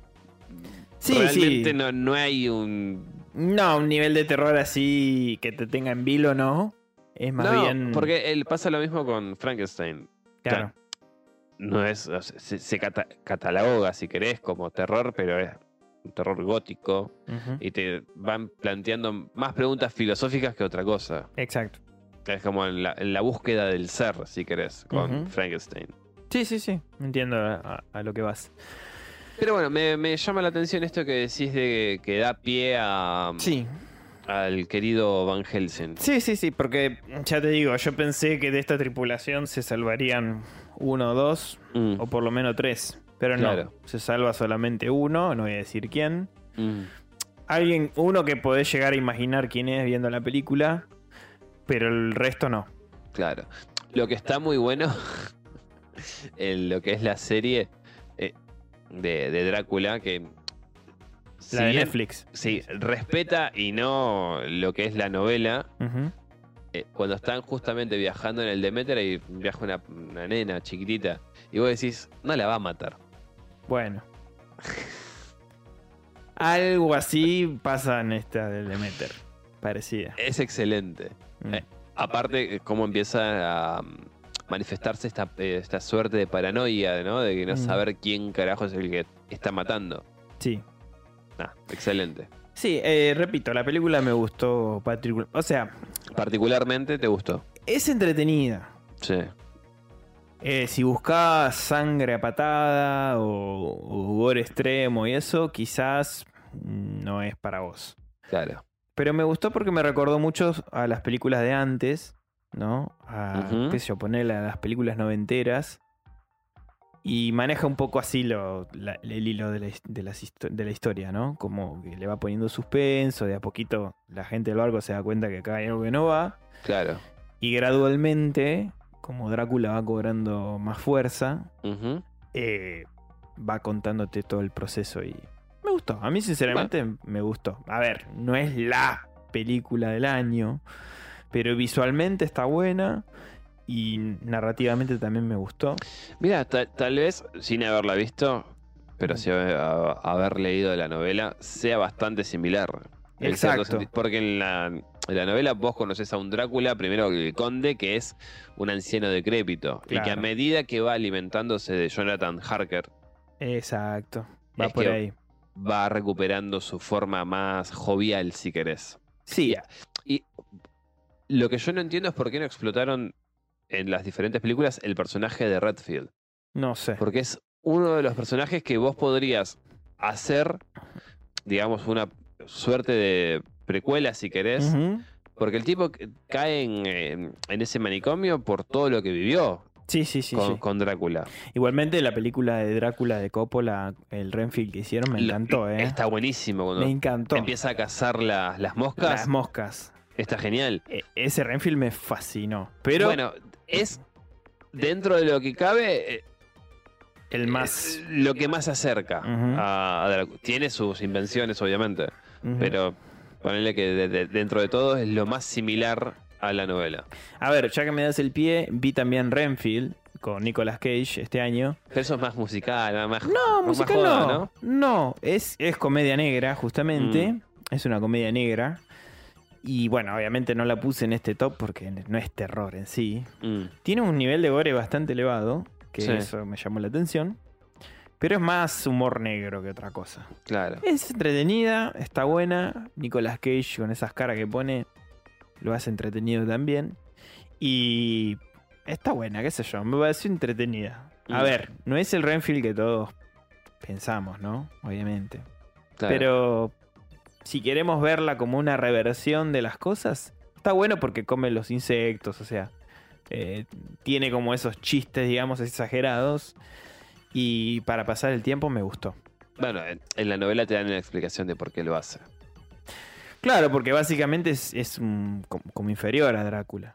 Realmente no hay un... No, un nivel de terror así que te tenga en vilo, ¿no? Es más bien... porque él pasa lo mismo con Frankenstein. Claro. No es, o sea, se cataloga, si querés, como terror, pero es un terror gótico. Ujú. Y te van planteando más preguntas filosóficas que otra cosa. Exacto. Es como en la búsqueda del ser, si querés, con Ujú. Frankenstein. Sí. Entiendo a lo que vas. Pero bueno, me llama la atención esto que decís de que da pie Sí. al querido Van Helsing. Sí, porque ya te digo, yo pensé que de esta tripulación se salvarían 1 o 2, Mm, o por lo menos 3. Pero Claro. no, se salva solamente uno, no voy a decir quién. mm. Uno que podés llegar a imaginar quién es viendo la película, pero el resto no. Claro. Lo que está muy bueno en lo que es la serie de Drácula, que si La de bien, Netflix. sí, respeta y no lo que es la novela, Ujú. cuando están justamente viajando en el Demeter y viaja una nena chiquitita, y vos decís, no la va a matar. Bueno. Algo así pasa en esta del Demeter. Parecida. Es excelente. Mm. Aparte, cómo empieza a manifestarse esta suerte de paranoia, ¿no? De que no Mm. saber quién carajo es el que está matando. Sí. Excelente. Sí, repito, la película me gustó. O sea, Particularmente te gustó. es entretenida. Sí. Si buscás sangre a patada o gore extremo y eso, quizás no es para vos. Claro. Pero me gustó porque me recordó mucho a las películas de antes, ¿no? Ujú. Qué sé yo, ponerle a las películas noventeras. Y maneja un poco así el hilo de la historia, ¿no? Como que le va poniendo suspenso, de a poquito la gente del barco se da cuenta que acá hay algo que no va. Claro. Y gradualmente, como Drácula va cobrando más fuerza, Ujú. va contándote todo el proceso y me gustó. A mí sinceramente me gustó. A ver, no es la película del año, pero visualmente está buena y narrativamente también me gustó. Mira, tal vez, sin haberla visto, pero sí haber leído la novela, sea bastante similar. En cierto Exacto. porque en la novela vos conocés a un Drácula, primero el conde, que es un anciano decrépito. Y que a Claro. medida que va alimentándose de Jonathan Harker, Exacto. Va Es por que- ahí. va recuperando su forma más jovial, si querés. Sí, Y lo que yo no entiendo es por qué no explotaron en las diferentes películas el personaje de Redfield. no sé. Porque es uno de los personajes que vos podrías hacer, digamos, una suerte de precuela, si querés. Ujú. Porque el tipo cae en ese manicomio por todo lo que vivió Sí. con Drácula. Igualmente la película de Drácula de Coppola, el Renfield que hicieron, me encantó, ¿eh? Está buenísimo cuando Me encantó. empieza a cazar las moscas. Las moscas. Está genial. Ese Renfield me fascinó. Pero Bueno, es dentro de lo que cabe el más... lo que más se acerca Ujú. a Drácula. Tiene sus invenciones, obviamente, Ujú. pero ponele que dentro de todo es lo más similar a la novela. A ver, ya que me das el pie, vi también Renfield con Nicolas Cage este año. Pero eso es más musical, más No, más musical joda, no. No, es comedia negra, justamente. Mm. Es una comedia negra. Y bueno, obviamente no la puse en este top porque no es terror en sí. Mm, Tiene un nivel de gore bastante elevado, que Sí. eso me llamó la atención. Pero es más humor negro que otra cosa. claro. Es entretenida, está buena. Nicolas Cage con esas caras que pone lo hace entretenido también. Y está buena, qué sé yo, me pareció entretenida. A Mm. ver, no es el Renfield que todos pensamos, ¿no? Obviamente. Claro. Pero si queremos verla como una reversión de las cosas, está bueno porque come los insectos, o sea, tiene como esos chistes, digamos, exagerados. Y para pasar el tiempo me gustó. Bueno, en la novela te dan una explicación de por qué lo hace. Claro, porque básicamente es como inferior a Drácula.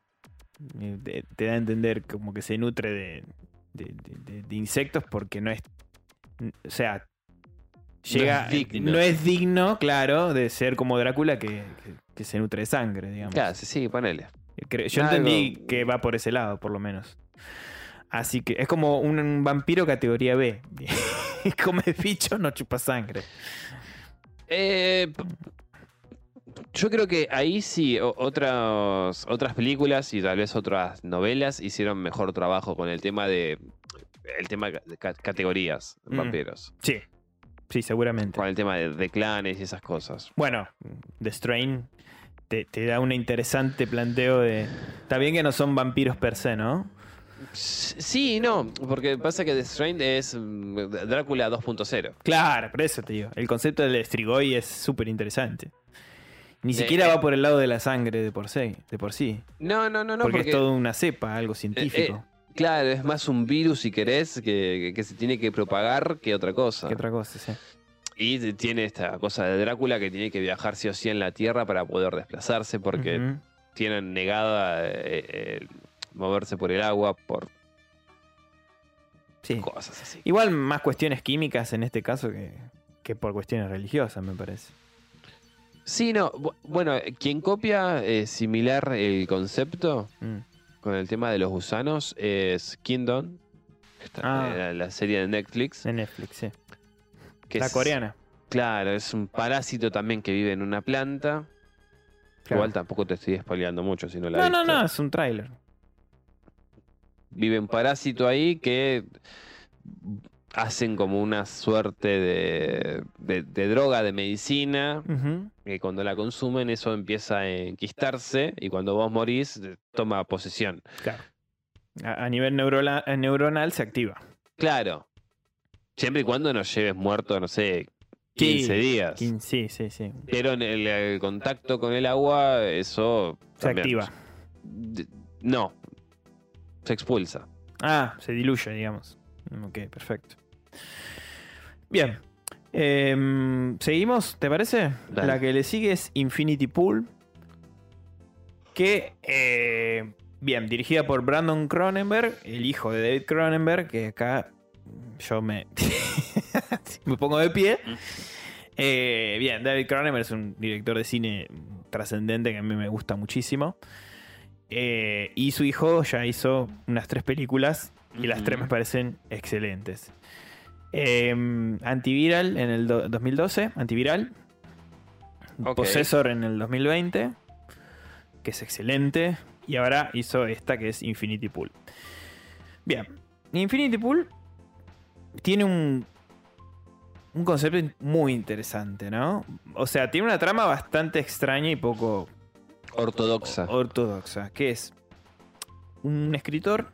Te da a entender como que se nutre de insectos porque no es... O sea, llega, No es digno. no es digno, claro, de ser como Drácula que se nutre de sangre, digamos. Claro, sí, ponele. Yo Algo- entendí que va por ese lado, por lo menos. Así que es como un vampiro categoría B. Come bichos, no chupa sangre. Yo creo que ahí sí, otras películas y tal vez otras novelas hicieron mejor trabajo con el tema de categorías vampiros. Sí, sí, seguramente. Con el tema de clanes y esas cosas. Bueno, The Strain te da un interesante planteo de... Está bien que no son vampiros per se, ¿no? Sí, no, porque pasa que The Strain es Drácula 2.0. Claro, por eso te digo. El concepto del Strigoi es súper interesante. Ni siquiera va por el lado de la sangre de por sí. No, Porque es toda una cepa, algo científico. Claro, es más un virus, si querés, que se tiene que propagar que otra cosa. Que otra cosa, sí. Y tiene esta cosa de Drácula que tiene que viajar sí o sí en la Tierra para poder desplazarse porque tienen negada moverse por el agua, por cosas así. Igual más cuestiones químicas en este caso que por cuestiones religiosas, me parece. Sí, no. Bueno, quien copia similar el concepto con el tema de los gusanos es Kingdom, la serie de Netflix. De Netflix, sí. Que la coreana. Claro, es un parásito también que vive en una planta. Claro. Igual tampoco te estoy spoileando mucho si no la viste. No, es un tráiler. Vive un parásito ahí que hacen como una suerte de droga, de medicina, que cuando la consumen eso empieza a enquistarse y cuando vos morís toma posesión. Claro. A nivel neuronal se activa. Claro. Siempre y cuando no lleves muerto, no sé, 15 días. Sí. Pero en el contacto con el agua, eso se activa. No. Se expulsa. Se diluye, digamos. Ok, perfecto. Bien. Seguimos, ¿te parece? Dale. La que le sigue es Infinity Pool. Que, bien, dirigida por Brandon Cronenberg, el hijo de David Cronenberg, que acá yo me pongo de pie. Bien, David Cronenberg es un director de cine trascendente que a mí me gusta muchísimo. Y su hijo ya hizo unas 3 películas y las 3 me parecen excelentes. Antiviral en el 2012, Antiviral. Okay. Possessor en el 2020, que es excelente. Y ahora hizo esta que es Infinity Pool. Bien, Infinity Pool tiene un concepto muy interesante, ¿no? O sea, tiene una trama bastante extraña y poco ortodoxa, que es un escritor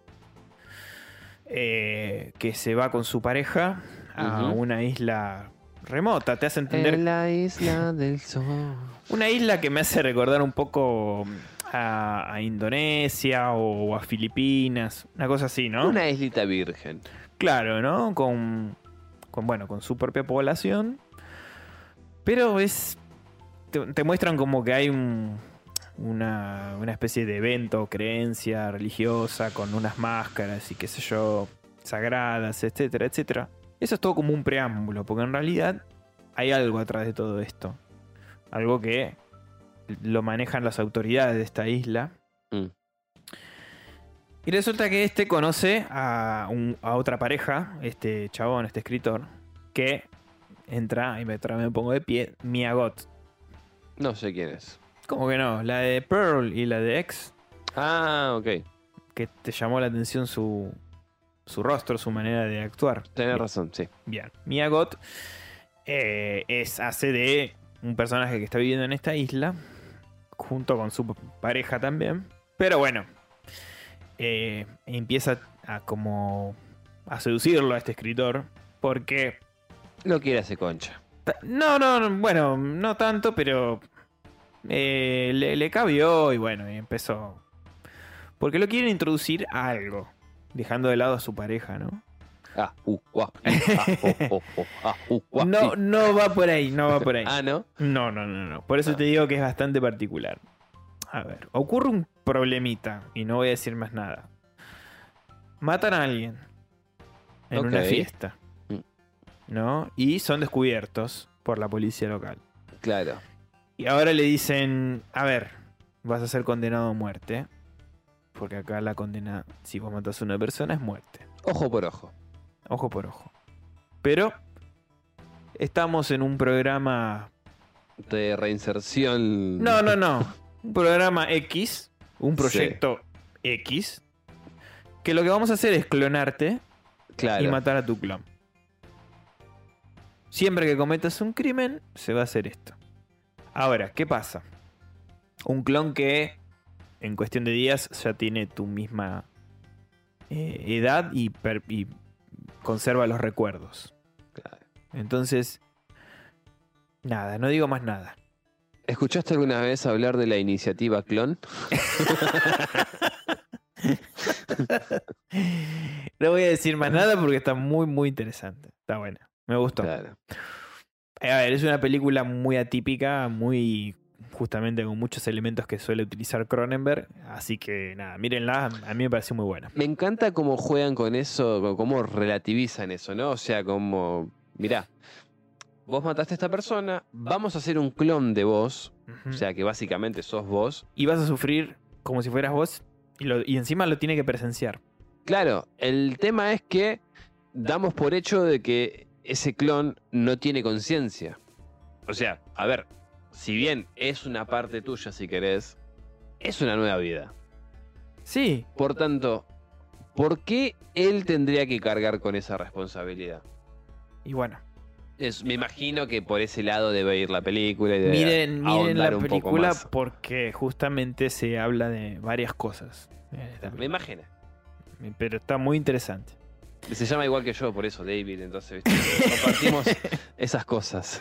que se va con su pareja a una isla remota, te hace entender. En la isla del sol. Una isla que me hace recordar un poco a Indonesia o a Filipinas, una cosa así, ¿no? Una islita virgen. Claro, ¿no? Con su propia población. Pero te muestran como que hay una especie de evento o creencia religiosa con unas máscaras y qué sé yo, sagradas, etcétera, etcétera. Eso es todo como un preámbulo, porque en realidad hay algo atrás de todo esto. Algo que lo manejan las autoridades de esta isla. Y resulta que conoce a otra pareja, este chabón, este escritor, que entra, y me pongo de pie, Mia Goth. No sé quién es. ¿Cómo que no? La de Pearl y la de X. Ok. Que te llamó la atención su rostro, su manera de actuar. Tenés razón, sí. Bien. Mia Goth hace de un personaje que está viviendo en esta isla, junto con su pareja también. Pero bueno, empieza a seducirlo a este escritor, porque lo quiere hacer concha. No, bueno, no tanto, pero le cabió y bueno, y empezó. Porque lo quieren introducir a algo, dejando de lado a su pareja, ¿no? No va por ahí, no va por ahí. ¿No? No. Por eso te digo que es bastante particular. A ver, ocurre un problemita y no voy a decir más nada. Matan a alguien en una fiesta, ¿no? Y son descubiertos por la policía local. Claro. Y ahora le dicen, a ver, vas a ser condenado a muerte. Porque acá la condena, si vos matas a una persona, es muerte. Ojo por ojo. Ojo por ojo. Pero estamos en un programa de reinserción. No. Un programa X, un proyecto X, que lo que vamos a hacer es clonarte Claro. y matar a tu clon. Siempre que cometas un crimen, se va a hacer esto. Ahora, ¿qué pasa? Un clon que en cuestión de días ya tiene tu misma edad y conserva los recuerdos. Claro. Entonces, nada, no digo más nada. ¿Escuchaste alguna vez hablar de la iniciativa Clon? No voy a decir más nada porque está muy, muy interesante. Está buena. Me gustó. Claro. A ver, es una película muy atípica, muy justamente con muchos elementos que suele utilizar Cronenberg. Así que nada, mírenla, a mí me pareció muy buena. Me encanta cómo juegan con eso, cómo relativizan eso, ¿no? O sea, como, mirá, vos mataste a esta persona, vamos a hacer un clon de vos, o sea, que básicamente sos vos. Y vas a sufrir como si fueras vos y encima lo tiene que presenciar. Claro, el tema es que damos por hecho de que ese clon no tiene conciencia. O sea, a ver, si bien es una parte tuya, si querés, es una nueva vida. Sí. Por tanto, ¿por qué él tendría que cargar con esa responsabilidad? Y bueno. Me imagino que por ese lado debe ir la película y debe Miren ahondar la un poco película más. porque justamente se habla de varias cosas. Me imagino. Pero está muy interesante. Se llama igual que yo, por eso, David, entonces ¿viste? Compartimos esas cosas.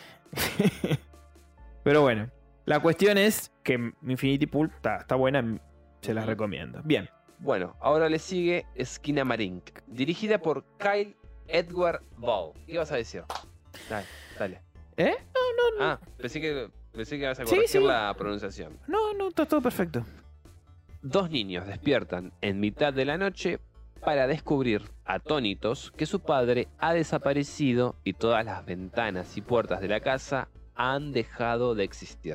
Pero bueno, la cuestión es que Infinity Pool está buena, se las recomiendo. Bien. Bueno, ahora le sigue Skinamarink, dirigida por Kyle Edward Ball. ¿Qué vas a decir? Dale. ¿Eh? Ah, pensé que ibas a corregir Sí. la pronunciación. No, está todo perfecto. Dos niños despiertan en mitad de la noche para descubrir, atónitos, que su padre ha desaparecido y todas las ventanas y puertas de la casa han dejado de existir.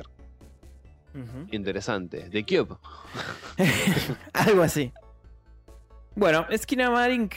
Interesante. The Cube. Algo así. Bueno, Skinamarink,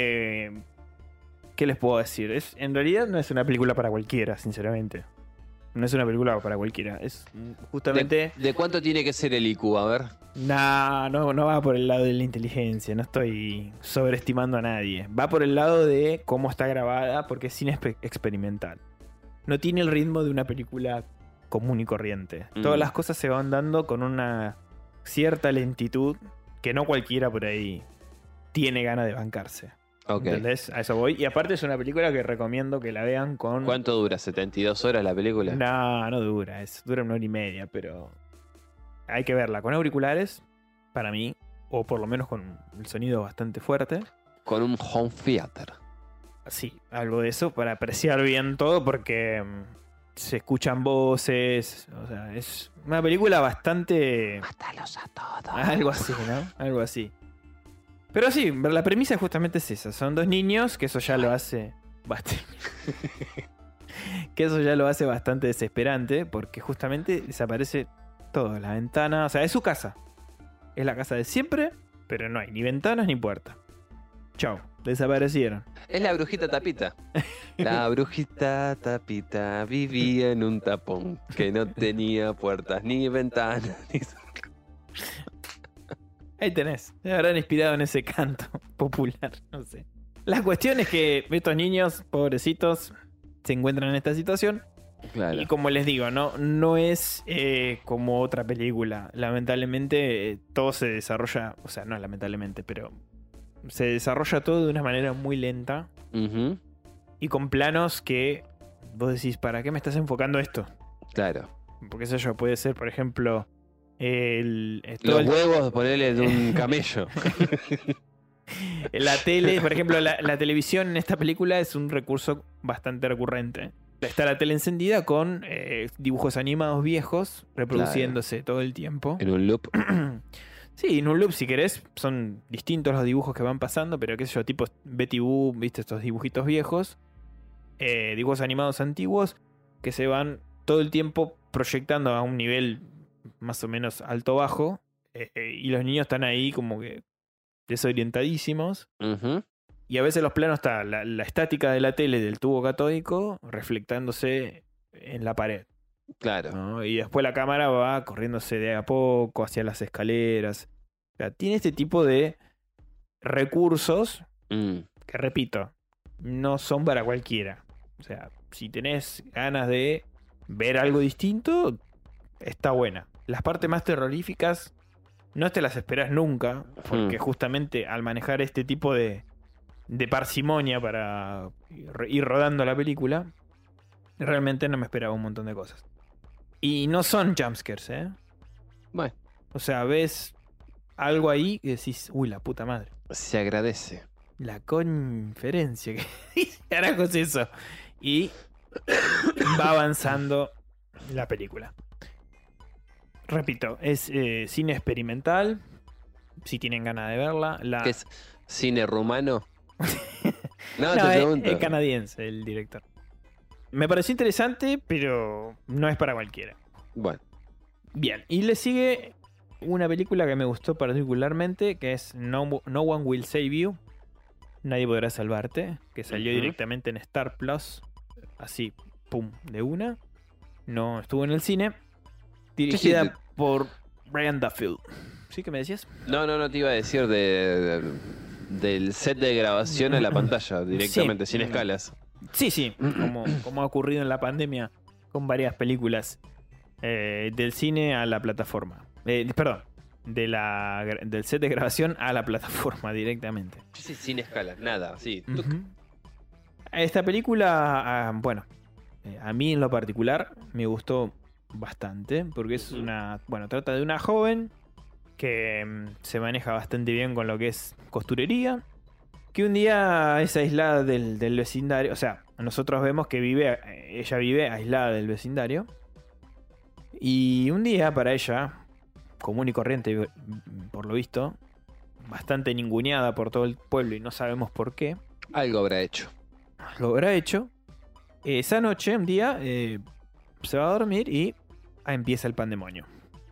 ¿qué les puedo decir? En realidad no es una película para cualquiera, sinceramente. No es una película para cualquiera. Es justamente... ¿De cuánto tiene que ser el IQ? A ver. No va por el lado de la inteligencia. No estoy sobreestimando a nadie. Va por el lado de cómo está grabada, porque es cine experimental. No tiene el ritmo de una película común y corriente. Todas las cosas se van dando con una cierta lentitud que no cualquiera por ahí tiene ganas de bancarse. Okay. ¿Entendés? A eso voy. Y aparte es una película que recomiendo que la vean con... ¿Cuánto dura? ¿72 horas la película? No dura. Dura 1 hora y media, pero hay que verla con auriculares, para mí, o por lo menos con el sonido bastante fuerte. Con un home theater. Sí, algo de eso para apreciar bien todo porque se escuchan voces. O sea, es una película bastante... Mátalos a todos. Algo así, ¿no? Algo así. Pero sí, la premisa justamente es esa. Son dos niños, que eso ya lo hace bastante... que eso ya lo hace bastante desesperante, porque justamente desaparece todo, la ventana. O sea, es su casa. Es la casa de siempre, pero no hay ni ventanas ni puertas. Chao, desaparecieron. Es la brujita Tapita. La brujita Tapita vivía en un tapón que no tenía puertas ni ventanas. Ahí tenés. Me habrán inspirado en ese canto popular, no sé. La cuestión es que estos niños, pobrecitos, se encuentran en esta situación. Claro. Y como les digo, no es como otra película. Lamentablemente todo se desarrolla, o sea, no lamentablemente, pero se desarrolla todo de una manera muy lenta. Uh-huh. Y con planos que vos decís, ¿para qué me estás enfocando esto? Claro. Porque eso puede ser, por ejemplo, los huevos, ponerle de un camello. La tele, por ejemplo, la televisión en esta película es un recurso bastante recurrente. Está la tele encendida con dibujos animados viejos reproduciéndose todo el tiempo. En un loop. Sí, en un loop, si querés, son distintos los dibujos que van pasando, pero qué sé yo, tipo Betty Boop, viste, estos dibujitos viejos, dibujos animados antiguos, que se van todo el tiempo proyectando a un nivel más o menos alto-bajo, y los niños están ahí como que desorientadísimos. Uh-huh. Y a veces los planos está la estática de la tele del tubo catódico reflectándose en la pared. Claro. ¿no? Y después la cámara va corriéndose de a poco hacia las escaleras. O sea, tiene este tipo de recursos que, repito, no son para cualquiera. O sea, si tenés ganas de ver algo distinto, está buena. Las partes más terroríficas no te las esperas nunca, porque justamente al manejar este tipo de parsimonia para ir rodando la película, realmente no me esperaba un montón de cosas. Y no son jumpscares, ¿eh? Bueno, O sea, ves algo ahí y decís, uy, la puta madre. se agradece. La conferencia. ¿Qué carajo es eso? Y va avanzando la película. Repito, es cine experimental. Si tienen ganas de verla. ¿Qué es cine rumano? No, No, te pregunto. es canadiense el director. Me pareció interesante, pero no es para cualquiera. Bueno, Bien, y le sigue una película que me gustó particularmente, que es No One Will Save You. Nadie podrá salvarte, que salió directamente en Star Plus. Así, pum, de una. No estuvo en el cine. Dirigida por Brian Duffield. ¿Sí que me decías? no te iba a decir del set de grabación a la pantalla, directamente, sin escalas. Sí, como ha ocurrido en la pandemia con varias películas del cine a la plataforma. Perdón, del set de grabación a la plataforma directamente. Sí, sin escalas, nada, sí. Esta película, bueno, a mí en lo particular me gustó bastante, porque es trata de una joven que se maneja bastante bien con lo que es costurería, que un día es aislada del vecindario. O sea, nosotros vemos que ella vive aislada del vecindario, y un día para ella, común y corriente por lo visto, bastante ninguneada por todo el pueblo y no sabemos por qué, Algo habrá hecho. lo habrá hecho. Esa noche, un día, se va a dormir y empieza el pandemonio.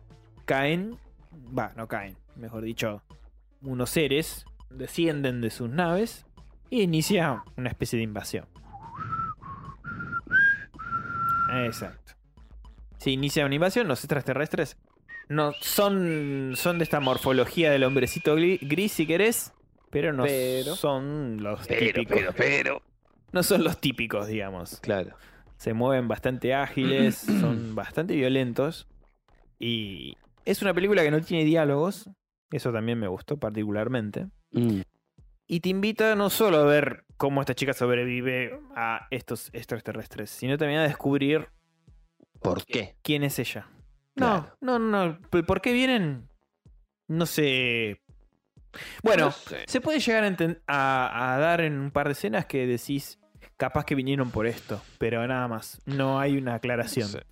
No caen, mejor dicho, unos seres descienden de sus naves e inicia una especie de invasión. Exacto. Se inicia una invasión, los extraterrestres no son de esta morfología del hombrecito gris, si querés, pero no son los típicos. No son los típicos, digamos. Claro. Se mueven bastante ágiles, son bastante violentos. Y es una película que no tiene diálogos. Eso también me gustó particularmente. Y te invita no solo a ver cómo esta chica sobrevive a estos extraterrestres, sino también a descubrir ¿Por qué? quién es ella. Claro. No. ¿Por qué vienen? No sé. Bueno, No sé. se puede llegar a dar en un par de escenas que decís, capaz que vinieron por esto, pero nada más. No hay una aclaración. No sé.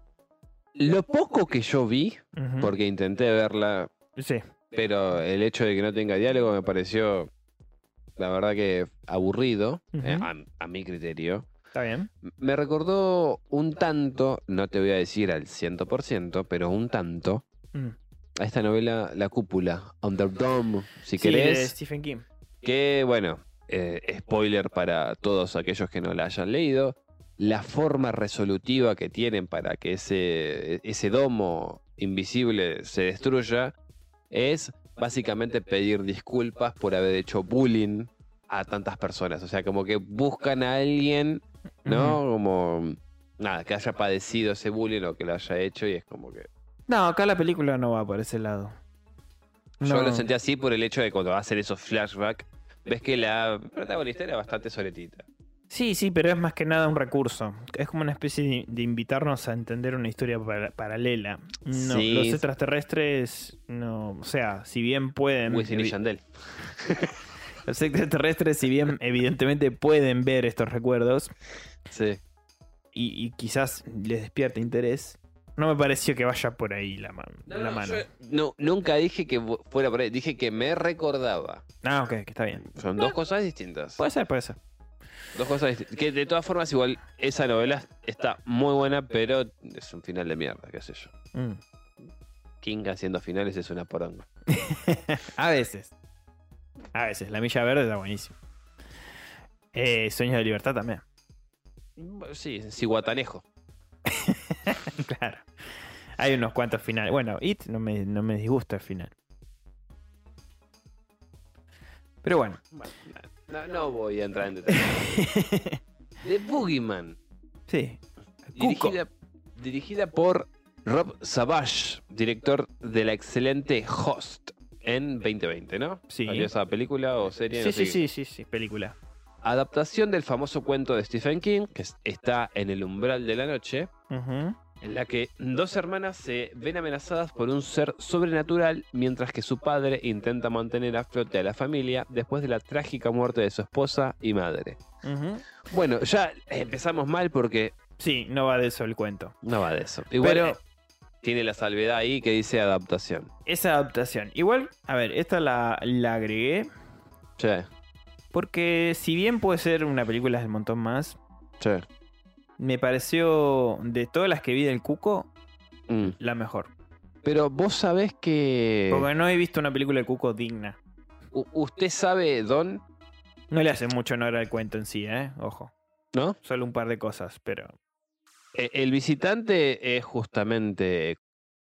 Lo poco que yo vi, Ujú. porque intenté verla, Sí. pero el hecho de que no tenga diálogo me pareció, la verdad que aburrido, Ujú. a mi criterio. Está bien. Me recordó un tanto, no te voy a decir al 100%, pero un tanto, a esta novela La Cúpula, Underdome, si Sí, de querés, Stephen King. que bueno, spoiler para todos aquellos que no la hayan leído, la forma resolutiva que tienen para que ese domo invisible se destruya es básicamente pedir disculpas por haber hecho bullying a tantas personas. O sea, como que buscan a alguien, ¿no? Como, nada, que haya padecido ese bullying o que lo haya hecho y es como que... No, acá la película no va por ese lado. Yo No. lo sentí así por el hecho de cuando va a hacer esos flashbacks, ves que la protagonista era bastante soletita. Sí, pero es más que nada un recurso. Es como una especie de invitarnos a entender una historia paralela. No, Sí. los extraterrestres, no. O sea, si bien pueden. Wisin y Yandel. Los extraterrestres, si bien evidentemente pueden ver estos recuerdos Sí. y quizás les despierte interés, no me pareció que vaya por ahí la mano. Yo nunca dije que fuera por ahí, dije que me recordaba. Ah, ok, que está bien. Son dos cosas distintas. Puede ser. Dos cosas distintas. Que de todas formas, igual, esa novela está muy buena, pero es un final de mierda, qué sé yo. King haciendo finales es una poronga. A veces. La Milla Verde está buenísimo. Sueños de Libertad también. Sí, ciguatanejo. Claro. Hay unos cuantos finales. Bueno, It no me disgusta el final. Pero bueno. No voy a entrar en detalle. The Boogeyman. Sí. Dirigida por Rob Savage, director de la excelente Host en 2020, ¿no? Sí. ¿Salió esa película o serie? Sí, película. Adaptación del famoso cuento de Stephen King, que está en el umbral de la noche, en la que dos hermanas se ven amenazadas por un ser sobrenatural mientras que su padre intenta mantener a flote a la familia después de la trágica muerte de su esposa y madre. Bueno, ya empezamos mal porque... Sí, no va de eso el cuento. No va de eso. Igual pero tiene la salvedad ahí que dice adaptación. Esa adaptación. Igual, a ver, esta la agregué Sí. porque si bien puede ser una película del montón más, Sí. me pareció, de todas las que vi del Cuco, la mejor. Pero vos sabés que... Porque no he visto una película de Cuco digna. ¿Usted sabe, Don? No le hace mucho honor al cuento en sí, ojo. ¿No? Solo un par de cosas, pero... El visitante es justamente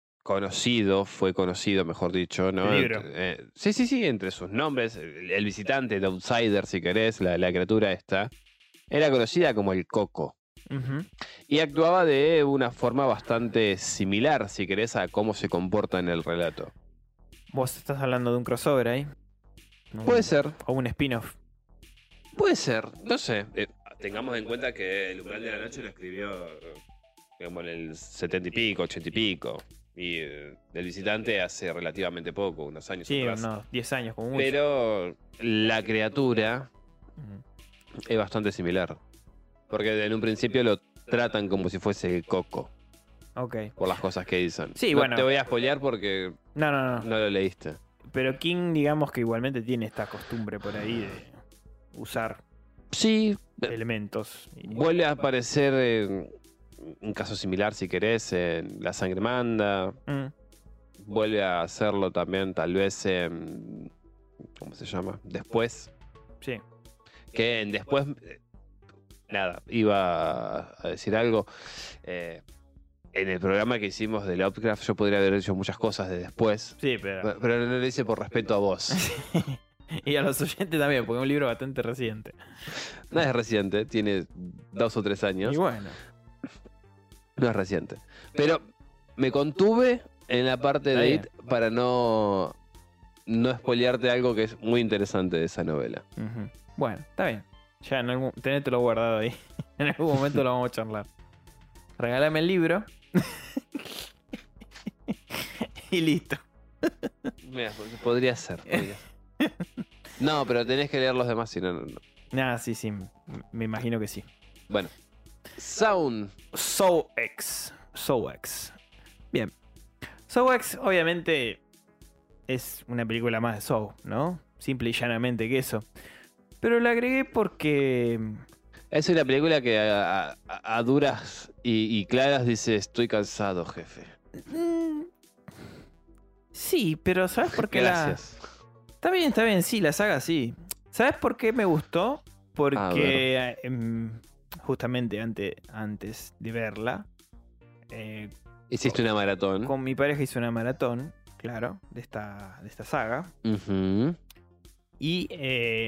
fue conocido, mejor dicho, ¿no? El libro. Sí, entre sus nombres, el visitante, el outsider, si querés, la criatura esta, era conocida como el Coco. Y actuaba de una forma bastante similar, si querés, a cómo se comporta en el relato. ¿Vos estás hablando de un crossover ahí? Puede ser. O un spin-off. Puede ser, no sé. Tengamos en cuenta que El umbral de la noche lo escribió como en el 70 y pico, 80 y pico. Y El visitante hace relativamente poco, unos años Sí, atrás. unos 10 años como mucho. Pero la criatura es bastante similar. Porque en un principio lo tratan como si fuese el Coco. Ok. Por las cosas que dicen. Sí, no bueno. te voy a spoilear porque No. no lo leíste. Pero King, digamos que igualmente tiene esta costumbre por ahí de usar elementos. Vuelve a aparecer un caso similar, si querés, en La Sangre Manda. Vuelve a hacerlo también, tal vez, en... ¿Cómo se llama? Después. Sí. Que en Después... Nada, iba a decir algo. En el programa que hicimos de Lovecraft yo podría haber hecho muchas cosas de Después. Sí, pero no lo hice por respeto a vos. Y a los oyentes también, porque es un libro bastante reciente. No es reciente, tiene 2 o 3 años. Y bueno. No es reciente. Pero me contuve en la parte de It para no spoilearte algo que es muy interesante de esa novela. Bueno, está bien. Ya tenételo guardado ahí. En algún momento lo vamos a charlar. Regálame el libro. Y listo. Mira, podría ser. No, pero tenés que leer los demás, si no. Nah, sí, me imagino que sí. Bueno. Sound. Saw X. Bien. Saw X, obviamente, es una película más de Saw, ¿no? Simple y llanamente que eso. Pero la agregué porque... Es una película que a duras y claras dice: estoy cansado, jefe. Sí, pero ¿sabes por qué Gracias. Está bien, sí, la saga sí. ¿Sabes por qué me gustó? Porque justamente antes de verla... hiciste una maratón. Con mi pareja hice una maratón, claro, de esta saga. Y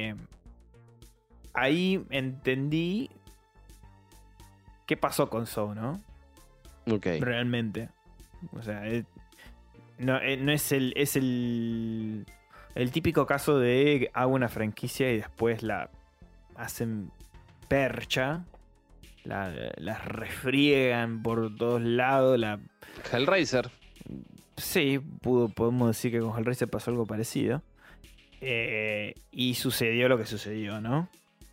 ahí entendí qué pasó con Saw, ¿no? Ok. Realmente. O sea, no es el típico caso de hago una franquicia y después la hacen percha, la refriegan por todos lados. Hellraiser. Sí, podemos decir que con Hellraiser pasó algo parecido. Y sucedió lo que sucedió, ¿no?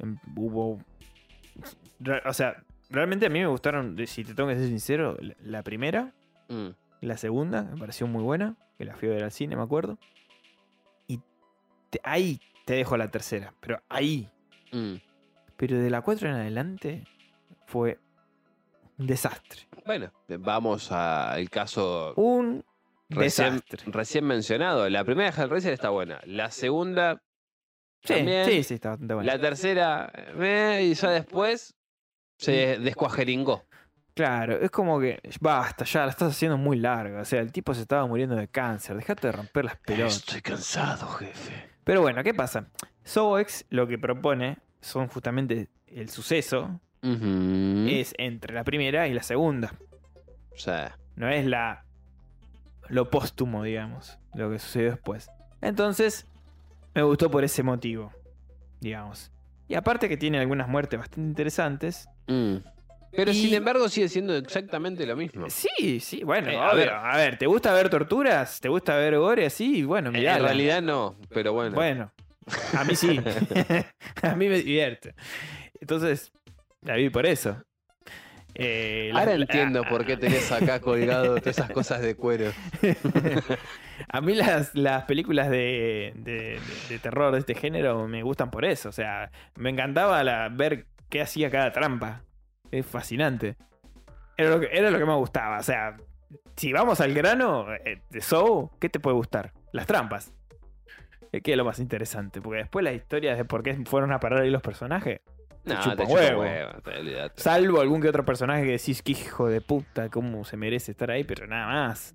O sea, realmente a mí me gustaron, si te tengo que ser sincero, la primera, la segunda, me pareció muy buena, que la fui a ver al cine, me acuerdo. Y ahí te dejo la tercera, pero ahí. Pero de la 4 en adelante fue un desastre. Bueno, vamos al caso... Un desastre. Recién mencionado. La primera de Hellraiser está buena. La segunda... Sí, está bastante buena. La tercera... y ya después se descuajeringó. Claro, es como que basta, ya la estás haciendo muy larga. O sea, el tipo se estaba muriendo de cáncer. Dejate de romper las pelotas. Estoy cansado, jefe. Pero bueno, ¿qué pasa? Saw X lo que propone son justamente el suceso. Es entre la primera y la segunda. O sea, No es lo póstumo, digamos, lo que sucedió después. Entonces, me gustó por ese motivo, digamos. Y aparte que tiene algunas muertes bastante interesantes. Pero Y- sin embargo sigue siendo exactamente lo mismo. Sí, sí, bueno, A a ver, ¿te gusta ver torturas? ¿Te gusta ver gore así? Bueno, mirá. En realidad no, pero bueno. Bueno, a mí sí. A mí me divierte. Entonces, la vi por eso. Ahora entiendo por qué tenés acá colgado todas esas cosas de cuero. A mí las películas de terror de este género me gustan por eso. O sea, me encantaba ver qué hacía cada trampa. Es fascinante. Era lo que me gustaba. O sea, si vamos al grano de Saw, ¿qué te puede gustar? Las trampas. Que es lo más interesante. Porque después las historias de por qué fueron a parar ahí los personajes. No, chupa te huevo. chupa huevo, olvidate. Salvo algún que otro personaje que decís que hijo de puta, cómo se merece estar ahí, pero nada más.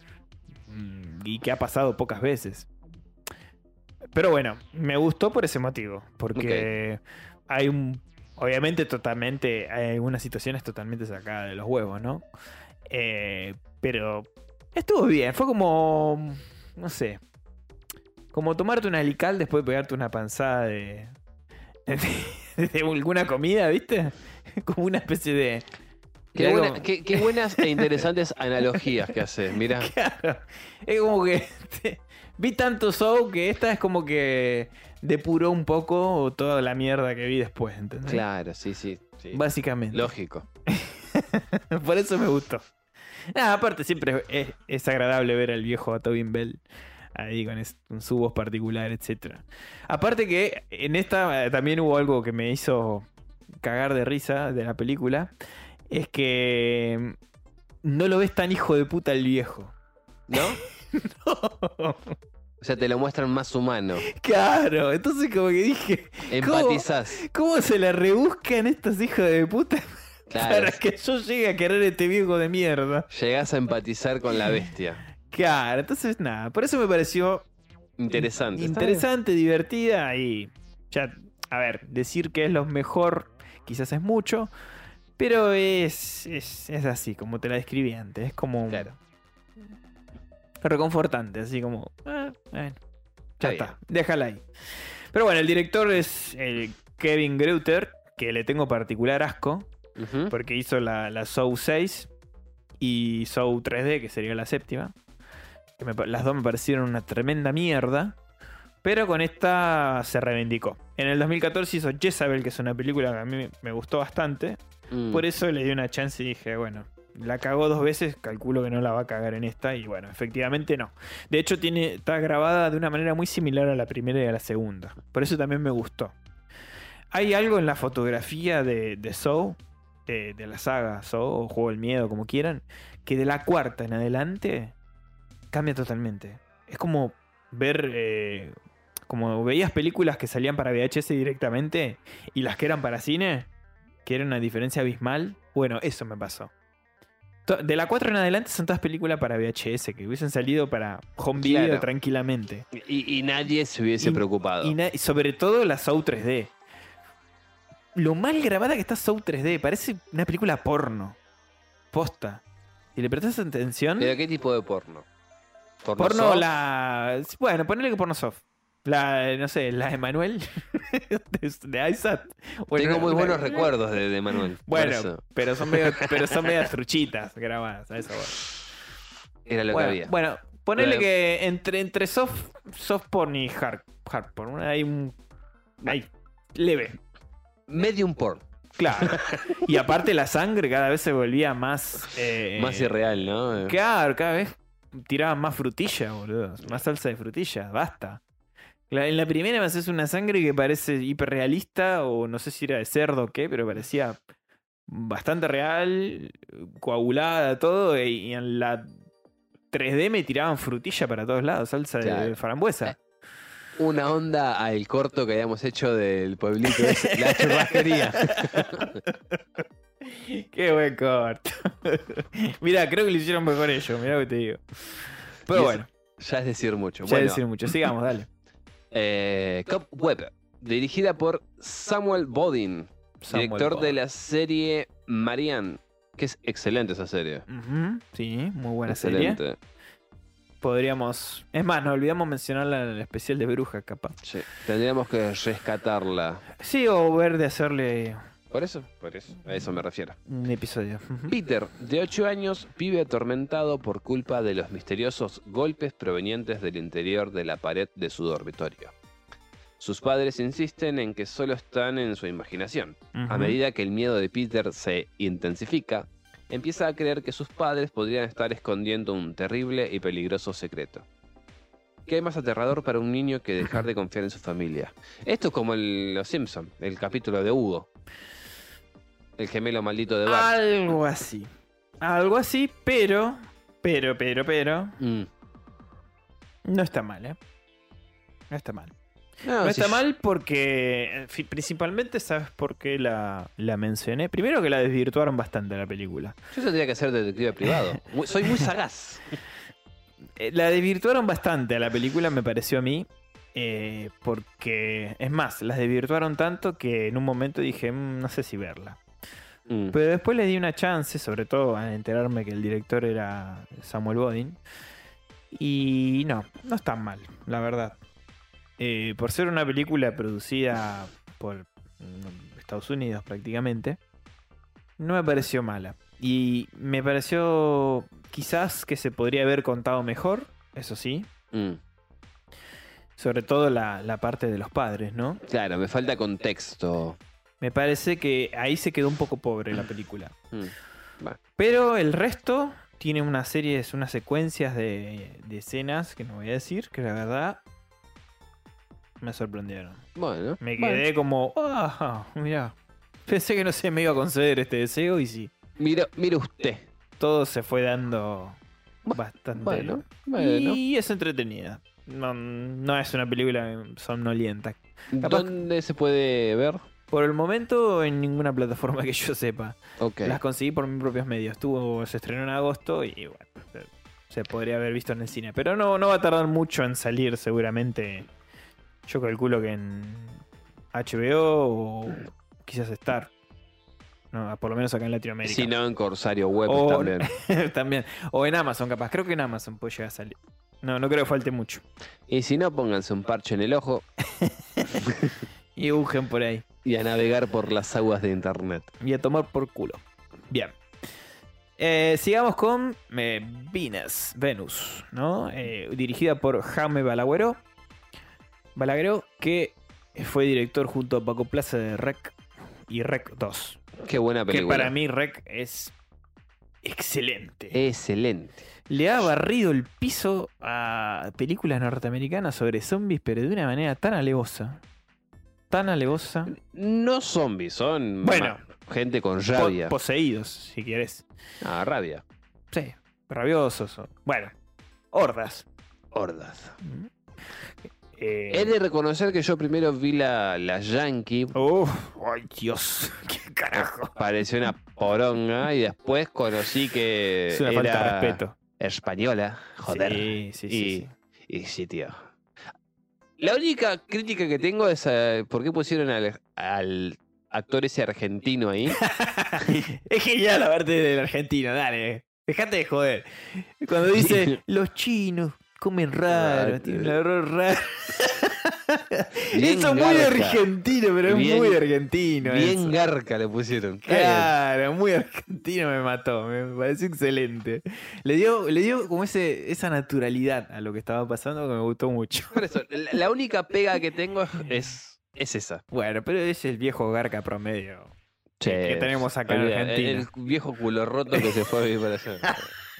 Y que ha pasado pocas veces. Pero bueno, me gustó por ese motivo. Porque hay obviamente hay algunas situaciones totalmente sacadas de los huevos, ¿no? Pero estuvo bien. Fue como, no sé, como tomarte una alical después de pegarte una panzada de alguna comida, ¿viste? Como una especie de... Qué buenas e interesantes analogías que haces, mira. Claro, es como que vi tanto Saw que esta es como que depuró un poco toda la mierda que vi después, ¿entendés? Claro, sí. Básicamente. Lógico. Por eso me gustó. Nada, aparte siempre es agradable ver al viejo Tobin Bell ahí con su voz particular, etcétera. Aparte que en esta también hubo algo que me hizo cagar de risa de la película. Es que no lo ves tan hijo de puta el viejo. ¿No? No. O sea, te lo muestran más humano. Claro, entonces como que dije, Empatizás. ¿cómo se la rebuscan estos hijos de puta Claro. para que yo llegue a querer a este viejo de mierda? Llegás a empatizar con la bestia. Claro, entonces nada, por eso me pareció Interesante. interesante, divertida y ya, a ver, decir que es lo mejor quizás es mucho, pero es así, como te la describí antes, es como Claro. reconfortante, así como, bueno, ya Está está, déjala ahí. Pero bueno, el director es Kevin Greuter, que le tengo particular asco, Ujú. porque hizo la Saw 6 y Saw 3D, que sería la séptima. Las dos me parecieron una tremenda mierda, pero con esta se reivindicó. En el 2014 hizo Jezabel, que es una película que a mí me gustó bastante. Por eso le di una chance y dije, bueno, la cagó 2 veces, calculo que no la va a cagar en esta. Y bueno, efectivamente no. De hecho, está grabada de una manera muy similar a la primera y a la segunda. Por eso también me gustó. Hay algo en la fotografía de Saw, de la saga Saw, o Juego del Miedo, como quieran, que de la cuarta en adelante cambia totalmente. Es como ver... como veías películas que salían para VHS directamente y las que eran para cine, que era una diferencia abismal. Bueno, eso me pasó. De la 4 en adelante son todas películas para VHS que hubiesen salido para home video Claro. tranquilamente. Y nadie se hubiese preocupado. Y sobre todo la Saw 3D. Lo mal grabada que está Saw 3D. Parece una película porno. Posta. Si le prestas atención... ¿Pero qué tipo de porno? Porno soft? Bueno, ponele que porno soft. No sé, la de Manuel de Isaac. Bueno, Tengo muy buenos recuerdos de Manuel. por Bueno, eso. pero son medias truchitas grabadas, a eso voy. Era lo que había. Bueno, ponele Pero- que entre soft porn y hard porn hay un... Hay leve. Medium porn. Claro. Y aparte la sangre cada vez se volvía más... Más irreal, ¿no? Claro, cada vez tiraban más frutilla, boludo. Más salsa de frutilla, basta. En la primera me haces una sangre que parece hiperrealista, o no sé si era de cerdo o qué, pero parecía bastante real, coagulada, todo. Y en la 3D me tiraban frutilla para todos lados, salsa de Claro. frambuesa. Una onda al corto que habíamos hecho del pueblito ese, la churrasquería. Qué buen corto. Mirá, creo que lo hicieron mejor ellos, mirá lo que te digo. Pero bueno, Ya es decir mucho. ya Bueno, decir mucho. Sigamos, dale. Cobweb, dirigida por Samuel Bodin, Samuel director Bond. de la serie Marianne, que es excelente esa serie. Ujú, sí, muy buena serie. Excelente. Podríamos. Es más, nos olvidamos mencionarla en el especial de Bruja, capaz. Sí, tendríamos que rescatarla. Sí, o ver de hacerle Por eso, a eso me refiero. un episodio. Ujú. Peter, de 8 años, vive atormentado por culpa de los misteriosos golpes provenientes del interior de la pared de su dormitorio. Sus padres insisten en que solo están en su imaginación. A Ujú. medida que el miedo de Peter se intensifica, empieza a creer que sus padres podrían estar escondiendo un terrible y peligroso secreto. ¿Qué hay más aterrador para un niño que dejar de confiar en su familia? Esto es como Los Simpson, el capítulo de Hugo. El gemelo maldito de Bart. Algo así. Algo así, pero. Mm. No está mal, ¿eh? No está mal. No, No si está yo- mal porque. Principalmente, ¿sabes por qué la mencioné? Primero que la desvirtuaron bastante la película. Yo tendría que ser detective privado. Soy muy sagaz. La desvirtuaron bastante a la película, me pareció a mí. Porque. Es más, las desvirtuaron tanto que en un momento dije, no sé si verla. Mm. Pero después le di una chance, sobre todo al enterarme que el director era Samuel Bodin. Y no es tan mal, la verdad. Por ser una película producida por Estados Unidos prácticamente, no me pareció mala. Y me pareció quizás que se podría haber contado mejor, eso sí. Mm. Sobre todo la parte de los padres, ¿no? Claro, me falta contexto. Me parece que ahí se quedó un poco pobre la película. Mm. Pero el resto tiene unas secuencias de escenas que no voy a decir, que la verdad me sorprendieron. Bueno. Me bueno. quedé como, mirá, pensé que no se me iba a conceder este deseo y sí, Mire usted. todo se fue dando Bu- bastante. Bueno. Y es entretenida. No es una película somnolienta. capaz- ¿Dónde se puede ver? Por el momento en ninguna plataforma que yo sepa. Ok. Las conseguí por mis propios medios. Se estrenó en agosto y bueno, se podría haber visto en el cine. Pero no va a tardar mucho en salir seguramente. Yo calculo que en HBO o quizás Star. No, por lo menos acá en Latinoamérica. Si no, en Corsario Web O- también. También. O en Amazon, capaz. Creo que en Amazon puede llegar a salir. No creo que falte mucho. Y si no, pónganse un parche en el ojo Y busquen por ahí. y a navegar por las aguas de internet. Y a tomar por culo. Bien. Sigamos con Venus, ¿no? Dirigida por Jaime Balagueró. Balagueró, que fue director junto a Paco Plaza de Rec y Rec 2. Qué buena Que película. para mí Rec es excelente. Excelente. Le ha barrido el piso a películas norteamericanas sobre zombies, pero de una manera tan alevosa. Tan alevosa. No zombies, son Bueno. gente con rabia. Poseídos, si quieres. Rabia. Sí, rabiosos. Bueno, hordas. Hordas. Eh, He de reconocer que yo primero vi la Yankee. Uf, ay Dios, qué carajo. Pareció una poronga y después conocí que Es una era falta de respeto. española. Joder. Sí, sí. Y sí, tío. La única crítica que tengo es por qué pusieron al actor ese argentino ahí. Es genial la parte del argentino, dale. Dejate de joder. Cuando dice, los chinos comen raro, tienen un error raro. Bien Eso es muy garca. argentino, pero es Bien- muy argentino. Bien eso. garca le pusieron. Claro, muy argentino, me mató, me pareció excelente. Le dio como esa naturalidad a lo que estaba pasando que me gustó mucho. Por eso, la única pega que tengo es esa. Bueno, pero es el viejo garca promedio que tenemos acá en olvida, Argentina. El viejo culo roto que se fue a vivir para allá.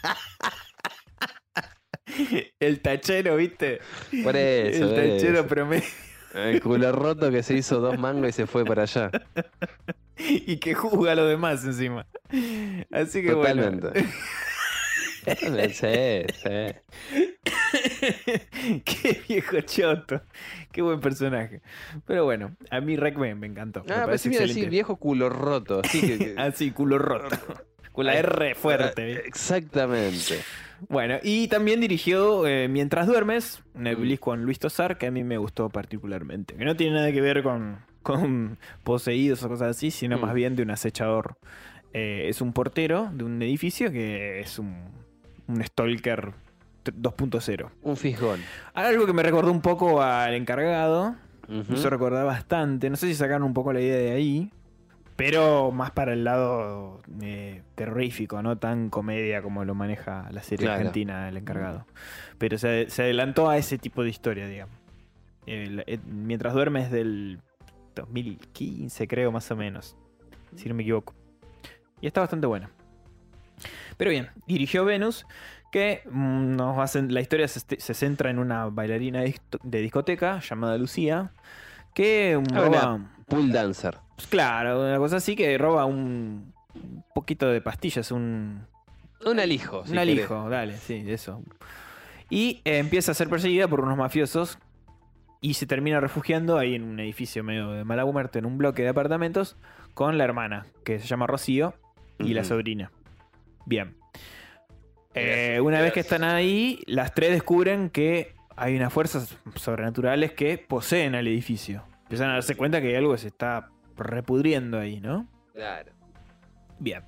El tachero, ¿viste? Por eso. El tachero eso. promedio. El culo roto que se hizo 2 mangos y se fue para allá. Y que juzga a los demás encima. Así que Totalmente. bueno. Sí, sí. Qué viejo choto. Qué buen personaje. Pero bueno, a mí Rec me encantó. Me Ah, parece pensé que iba a decir excelente. viejo culo roto. Así que... Así, culo roto. Con la R fuerte. Exactamente. Bueno, y también dirigió Mientras duermes, una película con Luis Tosar, que a mí me gustó particularmente. Que no tiene nada que ver con poseídos o cosas así, sino más bien de un acechador. Es un portero de un edificio que es un stalker 2.0. Un fisgón. Algo que me recordó un poco al Encargado. Me Ujú. hizo recordar bastante. No sé si sacaron un poco la idea de ahí. Pero más para el lado terrorífico, no tan comedia como lo maneja la serie Claro. argentina El Encargado. Pero se adelantó a ese tipo de historia, digamos. Mientras duermes del 2015, creo, más o menos. Si no me equivoco. Y está bastante buena. Pero bien, dirigió Venus, que la historia se centra en una bailarina de discoteca llamada Lucía, que roba... Pool dancer. Pues claro, una cosa así que roba un poquito de pastillas, un alijo. si alijo, dale, sí, eso. Y empieza a ser perseguida por unos mafiosos y se termina refugiando ahí en un edificio medio de mala muerte, en un bloque de apartamentos, con la hermana, que se llama Rocío, y la Ujú. sobrina. Bien. Gracias, Una vez que gracias. están ahí, las tres descubren que hay unas fuerzas sobrenaturales que poseen al edificio. Empiezan a darse cuenta que hay algo que se está repudriendo ahí, ¿no? Claro. Bien.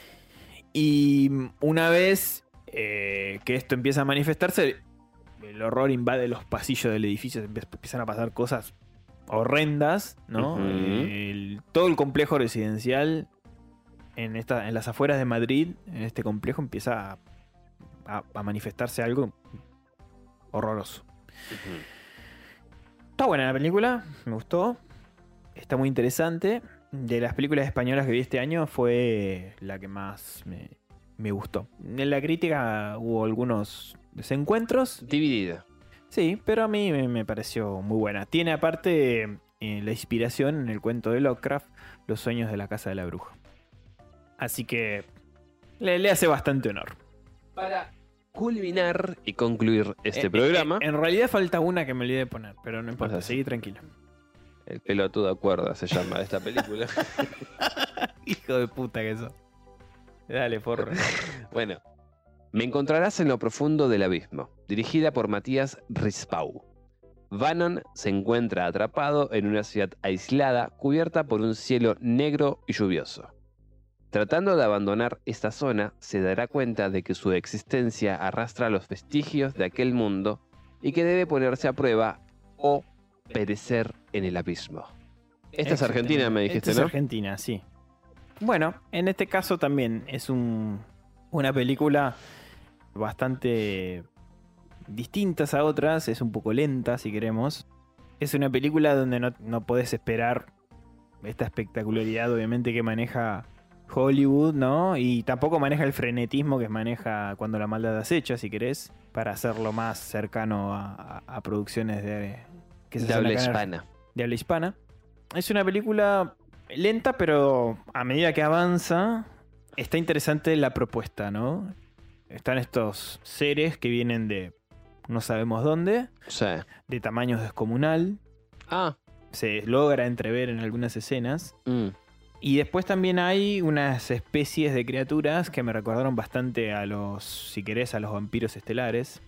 Y una vez que esto empieza a manifestarse, el horror invade los pasillos del edificio, empiezan a pasar cosas horrendas, ¿no? Ujú. Todo el complejo residencial en las afueras de Madrid, en este complejo, empieza a manifestarse algo horroroso. Ujú. Está buena la película, me gustó. Está muy interesante. De las películas españolas que vi este año fue la que más me gustó. En la crítica hubo algunos desencuentros. Dividida. Sí, pero a mí me pareció muy buena. Tiene aparte la inspiración en el cuento de Lovecraft, Los sueños de la casa de la bruja. Así que le hace bastante honor. Para culminar y concluir este programa, En realidad falta una que me olvidé de poner, pero no importa, O sea, seguí tranquilo. El pelotudo acuerda se llama esta película. Hijo de puta que eso. Dale, porra. Bueno, Me encontrarás en lo profundo del abismo, dirigida por Matías Rispau. Vannon se encuentra atrapado en una ciudad aislada cubierta por un cielo negro y lluvioso. Tratando de abandonar esta zona, se dará cuenta de que su existencia arrastra los vestigios de aquel mundo y que debe ponerse a prueba o perecer en el abismo. Esta es Argentina, me dijiste, Esta es ¿no? Argentina, sí. Bueno, en este caso también es una película bastante distintas a otras, es un poco lenta si queremos. Es una película donde no podés esperar esta espectacularidad obviamente que maneja Hollywood, ¿no? Y tampoco maneja el frenetismo que maneja Cuando la maldad acecha, si querés, para hacerlo más cercano a producciones que se De hacen habla acá en hispana. de habla hispana. Es una película lenta, pero a medida que avanza, está interesante la propuesta, ¿no? Están estos seres que vienen de no sabemos dónde, Sí. de tamaño descomunal. Ah. Se logra entrever en algunas escenas. mm. Y después también hay unas especies de criaturas que me recordaron bastante a los, si querés, a los vampiros estelares.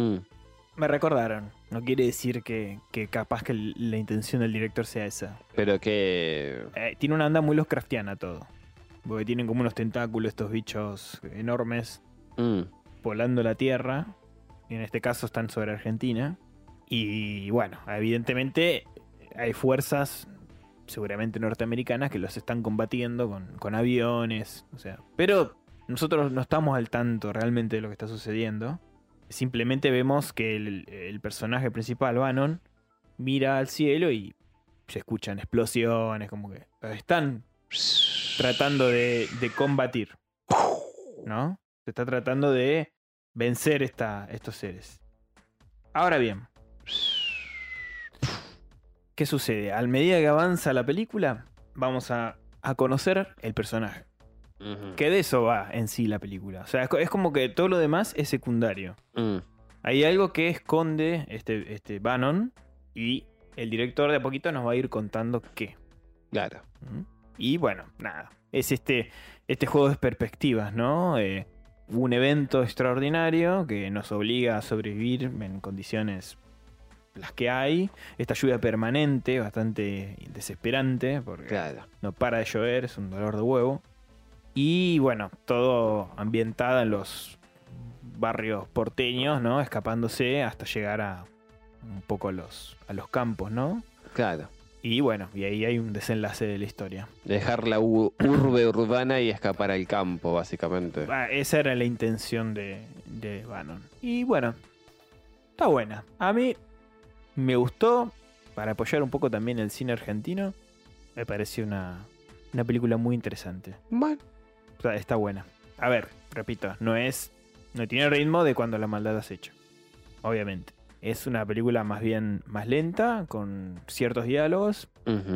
Me recordaron. No quiere decir que capaz que la intención del director sea esa. Pero que... Tiene una onda muy Lovecraftiana todo. Porque tienen como unos tentáculos estos bichos enormes volando la tierra. Y en este caso están sobre Argentina. Y bueno, evidentemente hay fuerzas seguramente norteamericanas que los están combatiendo con aviones. O sea, pero nosotros no estamos al tanto realmente de lo que está sucediendo. Simplemente vemos que el personaje principal, Vannon, mira al cielo y se escuchan explosiones, como que están tratando de combatir, ¿no? Se está tratando de vencer estos seres. Ahora bien, ¿qué sucede? A medida que avanza la película, vamos a conocer el personaje. Ujú. Que de eso va en sí la película. O sea, es como que todo lo demás es secundario. Hay algo que esconde este Bannon y el director de a poquito nos va a ir contando qué. Claro. Y bueno, nada. Es este juego de perspectivas, ¿no? Un evento extraordinario que nos obliga a sobrevivir en condiciones las que hay. Esta lluvia permanente, bastante desesperante, porque Claro. no para de llover, es un dolor de huevo. Y bueno, todo ambientado en los barrios porteños, ¿no? Escapándose hasta llegar a un poco a los campos, ¿no? Claro. Y bueno, y ahí hay un desenlace de la historia. Dejar la urbe urbana y escapar al campo, básicamente. Esa era la intención de Bannon. Y bueno, está buena. A mí me gustó, para apoyar un poco también el cine argentino, me pareció una película muy interesante. Bueno. O sea, está buena. A ver, repito, no tiene el ritmo de Cuando la maldad has hecho. Obviamente. Es una película más bien más lenta, con ciertos diálogos.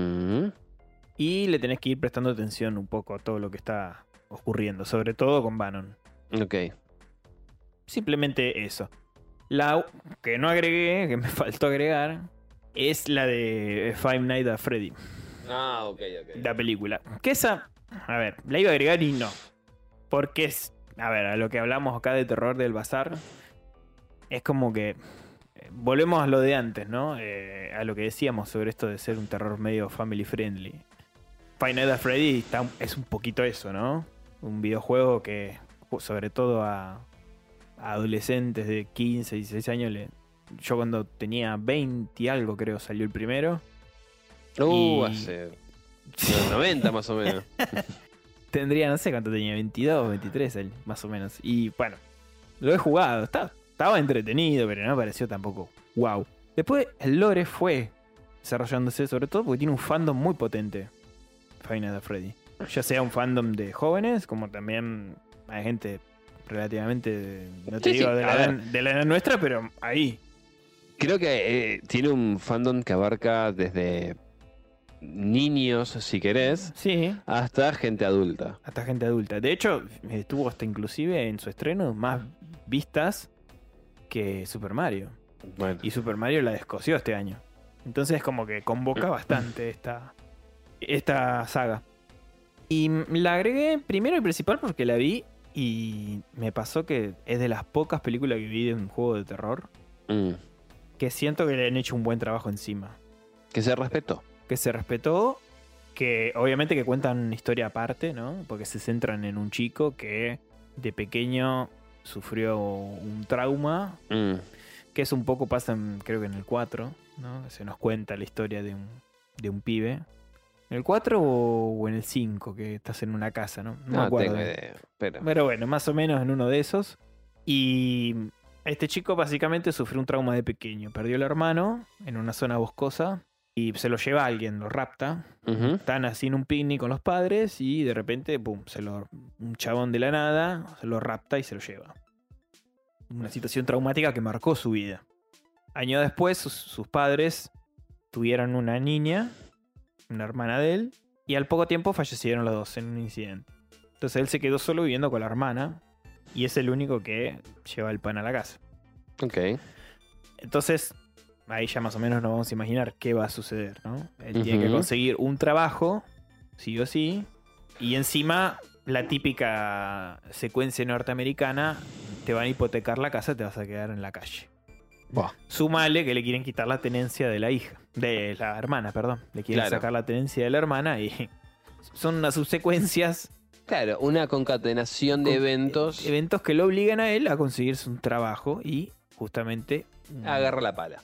Y le tenés que ir prestando atención un poco a todo lo que está ocurriendo. Sobre todo con Bannon. Ok. Simplemente eso. La que no agregué, que me faltó agregar, es la de Five Nights at Freddy. Ah, ok. La película. Que esa, a ver, la iba a agregar y no. Porque es, a ver, a lo que hablamos acá de terror del bazar, es como que volvemos a lo de antes, ¿no? A lo que decíamos sobre esto de ser un terror medio family friendly. Five Nights at Freddy es un poquito eso, ¿no? Un videojuego que, sobre todo a adolescentes de 15, 16 años, yo cuando tenía 20 y algo creo salió el primero. Hace 90 más o menos. Tendría, no sé cuánto tenía, 22, 23 más o menos. Y bueno, lo he jugado, estaba entretenido, pero no me pareció tampoco wow. Después el lore fue desarrollándose, sobre todo porque tiene un fandom muy potente, Five Nights at Freddy. Ya sea un fandom de jóvenes, como también hay gente relativamente, no te digo de la edad nuestra, pero ahí. Creo que tiene un fandom que abarca desde niños, si querés, Sí, hasta gente adulta. hasta gente adulta. De hecho, tuvo hasta inclusive en su estreno más vistas que Super Mario. Bueno. Y Super Mario la descoció este año. Entonces como que convoca bastante esta saga. Y la agregué primero y principal porque la vi y me pasó que es de las pocas películas que vi de un juego de terror que siento que le han hecho un buen trabajo encima. Que se respetó. Que se respetó, que obviamente que cuentan una historia aparte, ¿no? Porque se centran en un chico que de pequeño sufrió un trauma, que es un poco pasa creo que en el 4, ¿no? Se nos cuenta la historia de un pibe. ¿En el 4 o en el 5? Que estás en una casa, ¿no? No me acuerdo. Tengo idea, Pero bueno, más o menos en uno de esos. Y este chico básicamente sufrió un trauma de pequeño. Perdió al hermano en una zona boscosa y se lo lleva a alguien, lo rapta. Están así en un picnic con los padres y de repente, pum, un chabón de la nada se lo rapta y se lo lleva. Una situación traumática que marcó su vida. Años después, sus padres tuvieron una niña, una hermana de él, y al poco tiempo fallecieron los dos en un incidente. Entonces él se quedó solo viviendo con la hermana y es el único que lleva el pan a la casa. Ok. Entonces, ahí ya más o menos nos vamos a imaginar qué va a suceder, ¿no? Él tiene que conseguir un trabajo, sí o sí, y encima la típica secuencia norteamericana, te van a hipotecar la casa, te vas a quedar en la calle. Súmale que le quieren quitar la tenencia de la hija, de la hermana, perdón. Le quieren sacar la tenencia de la hermana y son unas subsecuencias. Claro, una concatenación de eventos. Eventos que lo obligan a él a conseguirse un trabajo y justamente... Agarra la pala.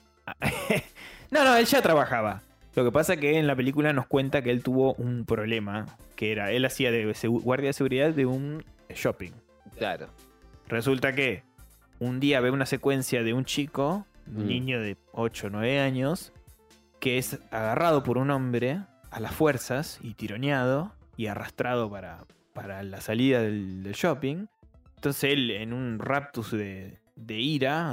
No, él ya trabajaba. Lo que pasa es que en la película nos cuenta que él tuvo un problema, que era, él hacía de guardia de seguridad de un shopping. Claro. Resulta que un día ve una secuencia de un chico, un niño de 8 o 9 años, que es agarrado por un hombre a las fuerzas y tironeado y arrastrado para la salida del shopping. Entonces él, en un raptus de ira,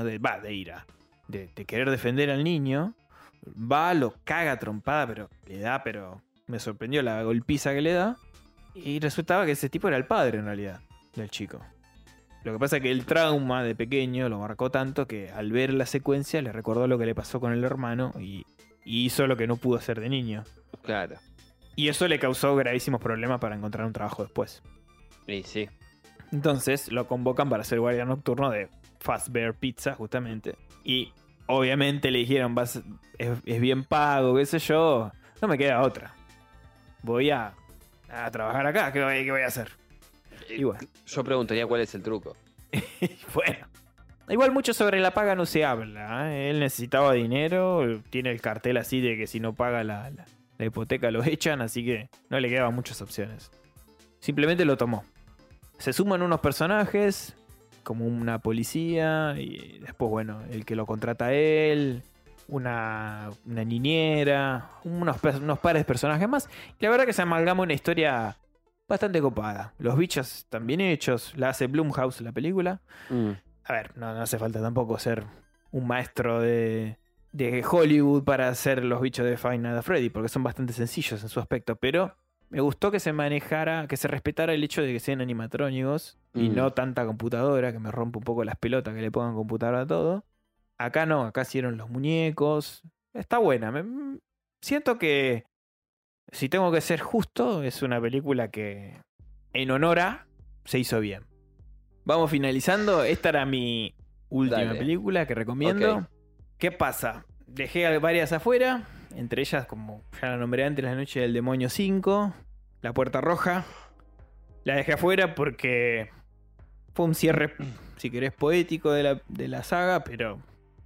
de querer defender al niño, va, lo caga a trompada, pero me sorprendió la golpiza que le da. Y resultaba que ese tipo era el padre en realidad del chico. Lo que pasa es que el trauma de pequeño lo marcó tanto que al ver la secuencia le recordó lo que le pasó con el hermano y hizo lo que no pudo hacer de niño. Claro. Y eso le causó gravísimos problemas para encontrar un trabajo después. Y sí. Entonces lo convocan para ser guardia nocturno de Fazbear Pizza, justamente. Y obviamente le dijeron, es bien pago, qué sé yo. No me queda otra. Voy a trabajar acá, ¿qué voy a hacer? Y bueno. Yo preguntaría cuál es el truco. Bueno. Igual mucho sobre la paga no se habla. Él necesitaba dinero, tiene el cartel así de que si no paga la hipoteca lo echan, así que no le quedaban muchas opciones. Simplemente lo tomó. Se suman unos personajes, como una policía, y después, bueno, el que lo contrata a él, una niñera, unos pares de personajes más. Y la verdad que se amalgama una historia bastante copada. Los bichos están bien hechos, la hace Blumhouse la película. A ver, no hace falta tampoco ser un maestro de Hollywood para hacer los bichos de Five Nights at Freddy, porque son bastante sencillos en su aspecto, pero me gustó que se manejara, que se respetara el hecho de que sean animatrónicos y no tanta computadora, que me rompe un poco las pelotas que le pongan computadora a todo. Acá no, acá hicieron los muñecos. Está buena. Siento que, si tengo que ser justo, es una película que en honor a se hizo bien. Vamos finalizando. Esta era mi última película que recomiendo. Okay. ¿Qué pasa? Dejé varias afuera. Entre ellas, como ya la nombré antes, La Noche del Demonio 5. La Puerta Roja. La dejé afuera porque fue un cierre, si querés, poético de la saga, pero...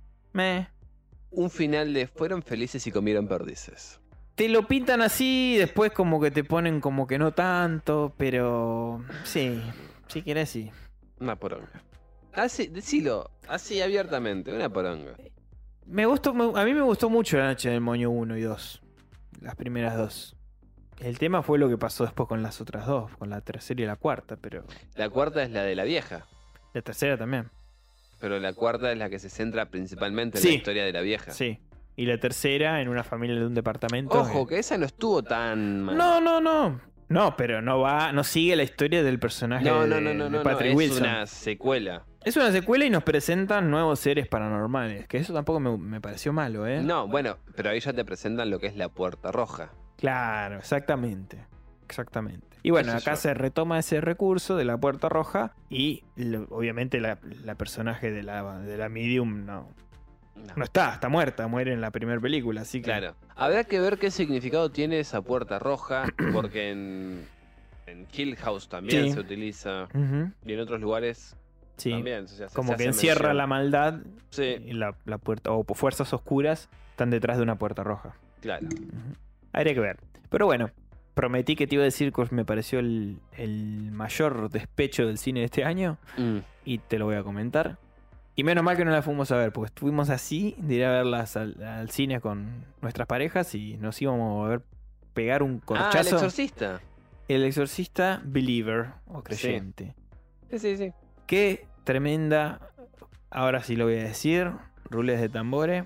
Un final de fueron felices y comieron perdices. Te lo pintan así, después como que te ponen como que no tanto, pero... Sí, si querés, sí. Una poronga. Así, decilo, así abiertamente, una poronga. A mí me gustó mucho La Noche del Demonio 1 y 2. Las primeras dos. El tema fue lo que pasó después con las otras dos, con la tercera y la cuarta, pero... La cuarta es la de la vieja. La tercera también. Pero la cuarta es la que se centra principalmente en la historia de la vieja. Sí. Y la tercera en una familia de un departamento. Ojo, que esa no estuvo tan mal. No. No, pero no sigue la historia del personaje de Patrick Wilson. Es una secuela. Es una secuela y nos presentan nuevos seres paranormales. Que eso tampoco me pareció malo, ¿eh? No, bueno, pero ahí ya te presentan lo que es la Puerta Roja. Claro, exactamente. Y bueno, acá se retoma ese recurso de la Puerta Roja y obviamente la personaje de la medium no está muerta, muere en la primera película, así que... Claro, habrá que ver qué significado tiene esa Puerta Roja, porque en Hill House también se utiliza, y en otros lugares también. O sea, como que encierra la maldad y la puerta, o fuerzas oscuras están detrás de una puerta roja. Claro. Habría que ver. Pero bueno, prometí que te iba a decir que me pareció el mayor despecho del cine de este año, y te lo voy a comentar. Y menos mal que no la fuimos a ver, porque estuvimos así de ir a verlas al cine con nuestras parejas y nos íbamos a ver pegar un corchazo. El Exorcista. El Exorcista Believer, o creyente. Sí. Qué tremenda, ahora sí lo voy a decir, rules de tambores.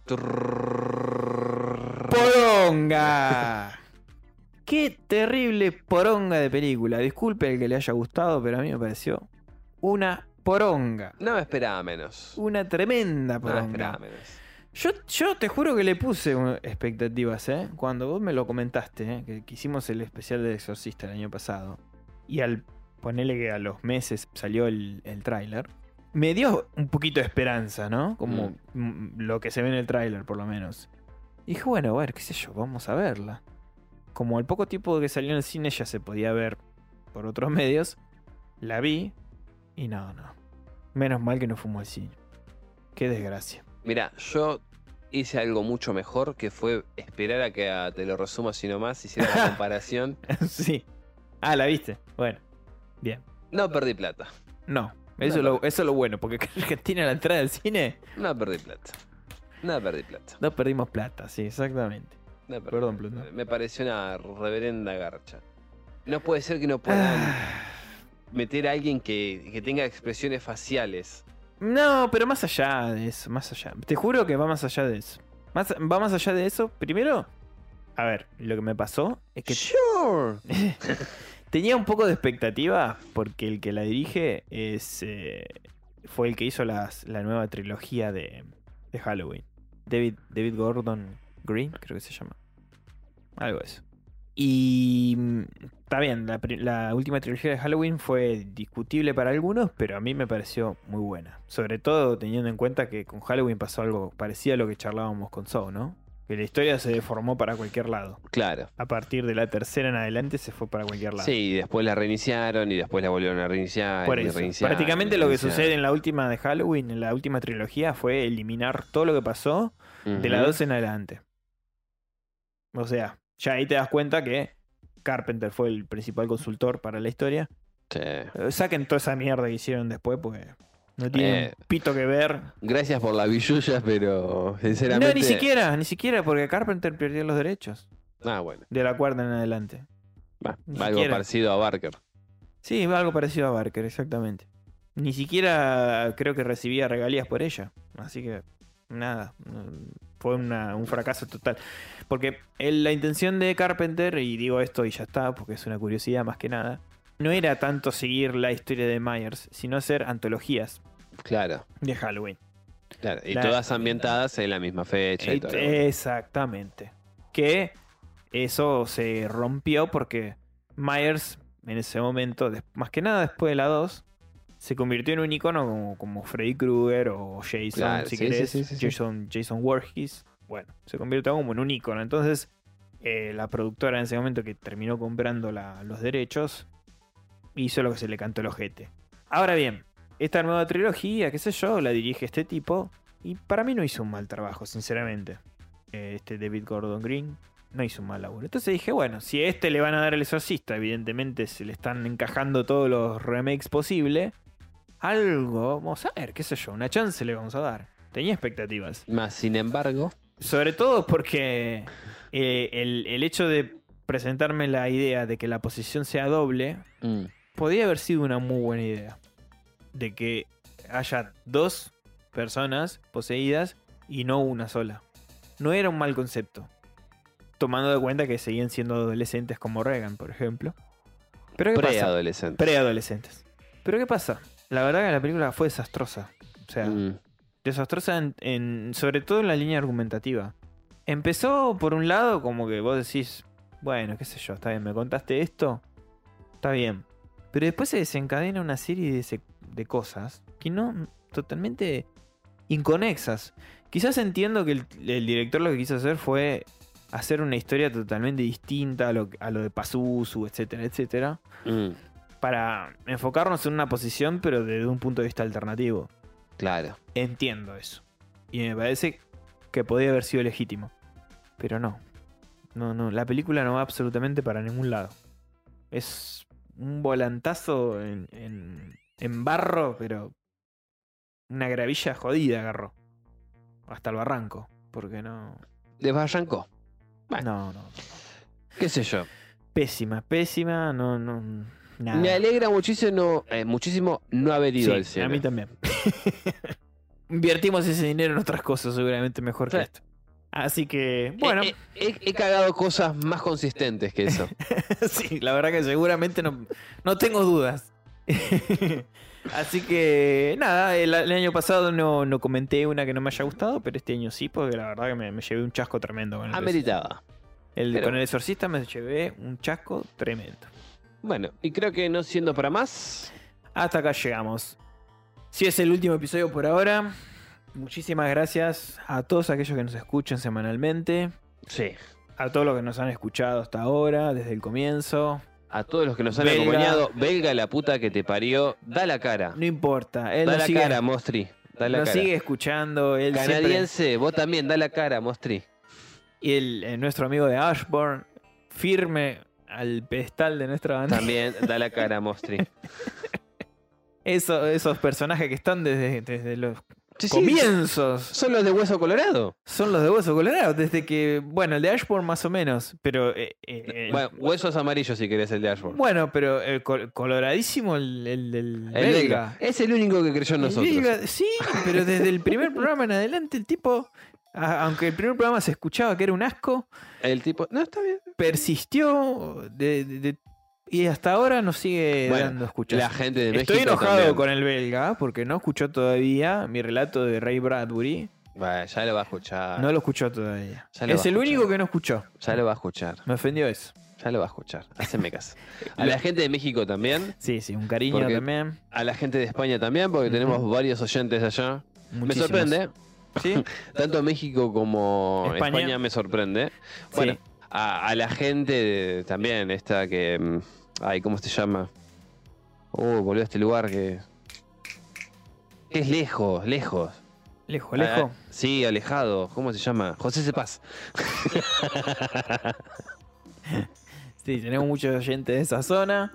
¡Poronga! Qué terrible poronga de película. Disculpe el que le haya gustado, pero a mí me pareció una poronga. No me esperaba menos. Una tremenda poronga. No me esperaba menos. Yo te juro que le puse expectativas, ¿eh? Cuando vos me lo comentaste, que hicimos el especial del Exorcista el año pasado. Y al ponerle que a los meses salió el tráiler, me dio un poquito de esperanza, ¿no? Como lo que se ve en el tráiler, por lo menos. Y dije, bueno, a ver, qué sé yo, vamos a verla. Como al poco tiempo que salió en el cine ya se podía ver por otros medios, la vi y no. Menos mal que no fuimos al cine. Qué desgracia. Mira, yo hice algo mucho mejor, que fue esperar a que te lo resuma así nomás, hiciera la comparación. Sí. Ah, ¿la viste? Bueno, bien. No perdí plata. No, eso es lo bueno, porque en Argentina la entrada del cine... No perdí plata. No perdimos plata, sí, exactamente. Perdón, Pluto. Me pareció una reverenda garcha. No puede ser que no puedan meter a alguien que tenga expresiones faciales. No, pero más allá de eso, más allá. Te juro que va más allá de eso. Va más allá de eso. Primero, a ver, lo que me pasó es que... Sure. Tenía un poco de expectativa porque el que la dirige fue el que hizo la nueva trilogía de Halloween. David Gordon Green, creo que se llama. Algo de eso. Y está bien, la última trilogía de Halloween fue discutible para algunos, pero a mí me pareció muy buena. Sobre todo teniendo en cuenta que con Halloween pasó algo parecido a lo que charlábamos con Saw, ¿no? Que la historia se deformó para cualquier lado. Claro. A partir de la tercera en adelante se fue para cualquier lado. Sí, y después la reiniciaron y después la volvieron a reiniciar. Por y eso. reiniciar, Prácticamente y lo que reiniciar. sucede en la última de Halloween, en la última trilogía, fue eliminar todo lo que pasó de la 2 en adelante. O sea, ya ahí te das cuenta que Carpenter fue el principal consultor para la historia. Sí. Saquen toda esa mierda que hicieron después, porque no tiene un pito que ver. Gracias por la billulla, pero sinceramente... No, ni siquiera, porque Carpenter perdió los derechos Ah, bueno. de la cuarta en adelante. Ni Algo siquiera. parecido a Barker. Sí, algo parecido a Barker, exactamente. Ni siquiera creo que recibía regalías por ella. Así que, nada. Fue un fracaso total. Porque la intención de Carpenter, y digo esto y ya está, porque es una curiosidad más que nada, no era tanto seguir la historia de Myers, sino hacer antologías Claro. de Halloween. Claro. Y todas ambientadas en la misma fecha y todo. Exactamente. Que eso se rompió porque Myers, en ese momento, más que nada después de la 2, se convirtió en un icono como Freddy Krueger o Jason, Claro, si sí, querés. sí, sí, sí. Jason Voorhees. Bueno, se convirtió como en un icono. Entonces, la productora en ese momento que terminó comprando los derechos, hizo lo que se le cantó el ojete. Ahora bien, esta nueva trilogía, qué sé yo, la dirige este tipo. Y para mí no hizo un mal trabajo, sinceramente. Este David Gordon Green no hizo un mal laburo. Entonces dije, bueno, si a este le van a dar El Exorcista, evidentemente se le están encajando todos los remakes posibles. Algo, vamos a ver, qué sé yo, una chance le vamos a dar. Tenía expectativas. Más sin embargo... Sobre todo porque el hecho de presentarme la idea de que la posesión sea doble, podría haber sido una muy buena idea. De que haya dos personas poseídas y no una sola. No era un mal concepto. Tomando de cuenta que seguían siendo adolescentes como Regan, por ejemplo. Pero ¿qué pasa? Preadolescentes. Preadolescentes. Pero ¿qué pasa? La verdad que la película fue desastrosa. O sea, desastrosa sobre todo en la línea argumentativa. Empezó por un lado como que vos decís, bueno, qué sé yo, está bien, me contaste esto, está bien. Pero después se desencadena una serie de cosas que no, totalmente inconexas. Quizás entiendo que el director lo que quiso hacer fue hacer una historia totalmente distinta a lo de Pazuzu, etcétera, etcétera. Para enfocarnos en una posición, pero desde un punto de vista alternativo. Claro. Entiendo eso. Y me parece que podía haber sido legítimo. Pero no. No, la película no va absolutamente para ningún lado. Es un volantazo en barro, pero una gravilla jodida agarró. Hasta el barranco. Porque no... Desbarrancó. Bueno, No. qué sé yo. Pésima. No, nada. Me alegra muchísimo no haber ido al Sí, cine. a mí también. Invertimos ese dinero en otras cosas seguramente mejor que esto. Así que, bueno. He cagado cosas más consistentes que eso. Sí, la verdad que seguramente no tengo dudas. Así que, nada, el año pasado no comenté una que no me haya gustado, pero este año sí, porque la verdad que me llevé un chasco tremendo con el Ameritaba. Con el Exorcista me llevé un chasco tremendo. Bueno, y creo que no siendo para más... Hasta acá llegamos. Si es el último episodio por ahora, muchísimas gracias a todos aquellos que nos escuchan semanalmente. Sí. A todos los que nos han escuchado hasta ahora, desde el comienzo. A todos los que nos han Belga. acompañado. Belga, la puta que te parió. Da la cara. No importa. Él Da nos la cara, Mostri. Da la nos cara. sigue escuchando. Él Canadiense, vos también, da la cara, Mostri. Y nuestro amigo de Ashbourne, firme al pedestal de nuestra banda. También, da la cara, Mostri. Esos personajes que están desde los comienzos. Son los de Hueso Colorado. Son los de Hueso Colorado. Desde que, bueno, el de Ashbourne más o menos. Pero. Bueno, Huesos Amarillos si querés el de Ashford. Bueno, pero coloradísimo el del belga. Es el único que creyó en nosotros. Belga, sí, pero desde el primer programa en adelante el tipo, aunque el primer programa se escuchaba que era un asco, El tipo, no, está bien. persistió Y hasta ahora nos sigue Bueno, dando escuchas. la gente de México Estoy enojado también. con el belga porque no escuchó todavía mi relato de Ray Bradbury. Bueno, ya lo va a escuchar. No lo escuchó todavía. Ya lo va Es a el escuchar. único que no escuchó. Ya lo va a escuchar. Me ofendió eso. Ya lo va a escuchar. Haceme caso. A la gente de México también. Sí, un cariño Porque- también. A la gente de España también, porque tenemos varios oyentes allá. Me Muchísimos. sorprende. ¿Sí? Tanto México como España. España me sorprende. Bueno, Sí. a la gente también, esta que. Ay, ¿cómo se llama? Volvió a este lugar que es lejos. Lejos, lejos. Sí, alejado. ¿Cómo se llama? José Cepaz. Sí, tenemos muchos oyentes de esa zona.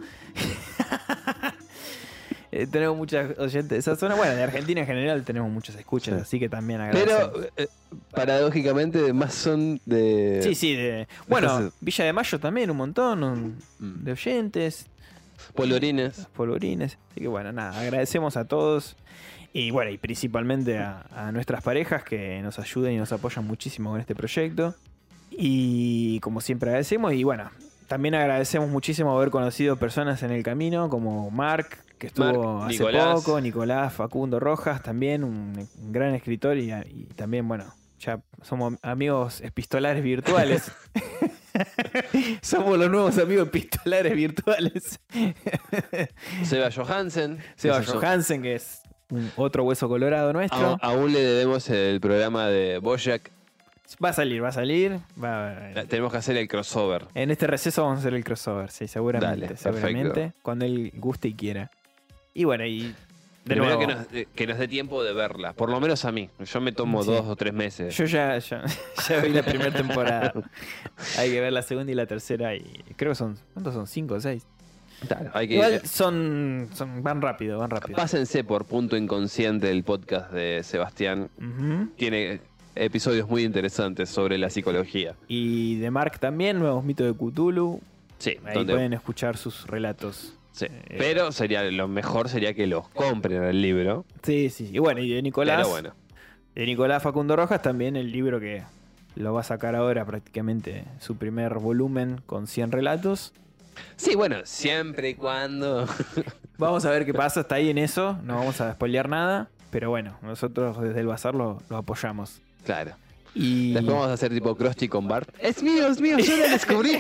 Tenemos muchos oyentes de esa zona. Bueno, de Argentina en general tenemos muchos escuchas, Sí. así que también agradecemos. Pero, paradójicamente, más son de. Sí. Bueno, Entonces- Villa de Mayo también, un montón Mm. de oyentes, Polvorines. polvorines. Así que bueno, nada, agradecemos a todos. Y bueno, y principalmente a nuestras parejas que nos ayudan y nos apoyan muchísimo con este proyecto. Y como siempre agradecemos. Y bueno, también agradecemos muchísimo haber conocido personas en el camino, como Mark, que estuvo Marc, hace Nicolás. poco, Nicolás, Facundo Rojas, también un gran escritor y también, bueno, ya somos amigos epistolares virtuales. Somos los nuevos amigos epistolares virtuales. Seba Johansen. Seba Esos son- Johansen, que es otro hueso colorado nuestro. Aún le debemos el programa de Bojack. Va a salir. Tenemos que hacer el crossover. En este receso vamos a hacer el crossover, sí, seguramente. Dale, seguramente. perfecto. Cuando él guste y quiera. Y bueno, y de Primero nuevo, que nos dé tiempo de verla. Por lo menos a mí. Yo me tomo Sí. 2 o 3 meses. yo ya vi la primera temporada. Hay que ver la segunda y la tercera y creo que son, ¿cuántos son? 5 o 6. Claro, hay que, Igual van rápido. pásense por Punto Inconsciente, el podcast de Sebastián. Ujú. Tiene episodios muy interesantes sobre la psicología. Y de Mark también, Nuevos Mitos de Cthulhu. Sí, Ahí donde- pueden escuchar sus relatos. sí. Pero lo mejor sería que los compren el libro. Sí. Y bueno, y de Nicolás. Pero bueno. De Nicolás Facundo Rojas también el libro que lo va a sacar ahora prácticamente su primer volumen con 100 relatos. Sí, bueno, siempre y cuando. Vamos a ver qué pasa, está ahí en eso, no vamos a spoilear nada, pero bueno, nosotros desde el bazar lo apoyamos. Claro. Y Después vamos a hacer tipo Krusty con Bart. Es mío, yo lo descubrí.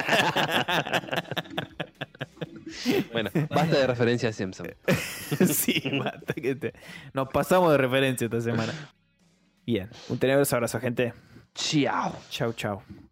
Bueno, basta de referencia a Simpson. sí, basta que nos pasamos de referencia esta semana. Bien, un tenebroso abrazo, gente. Chao. Chau.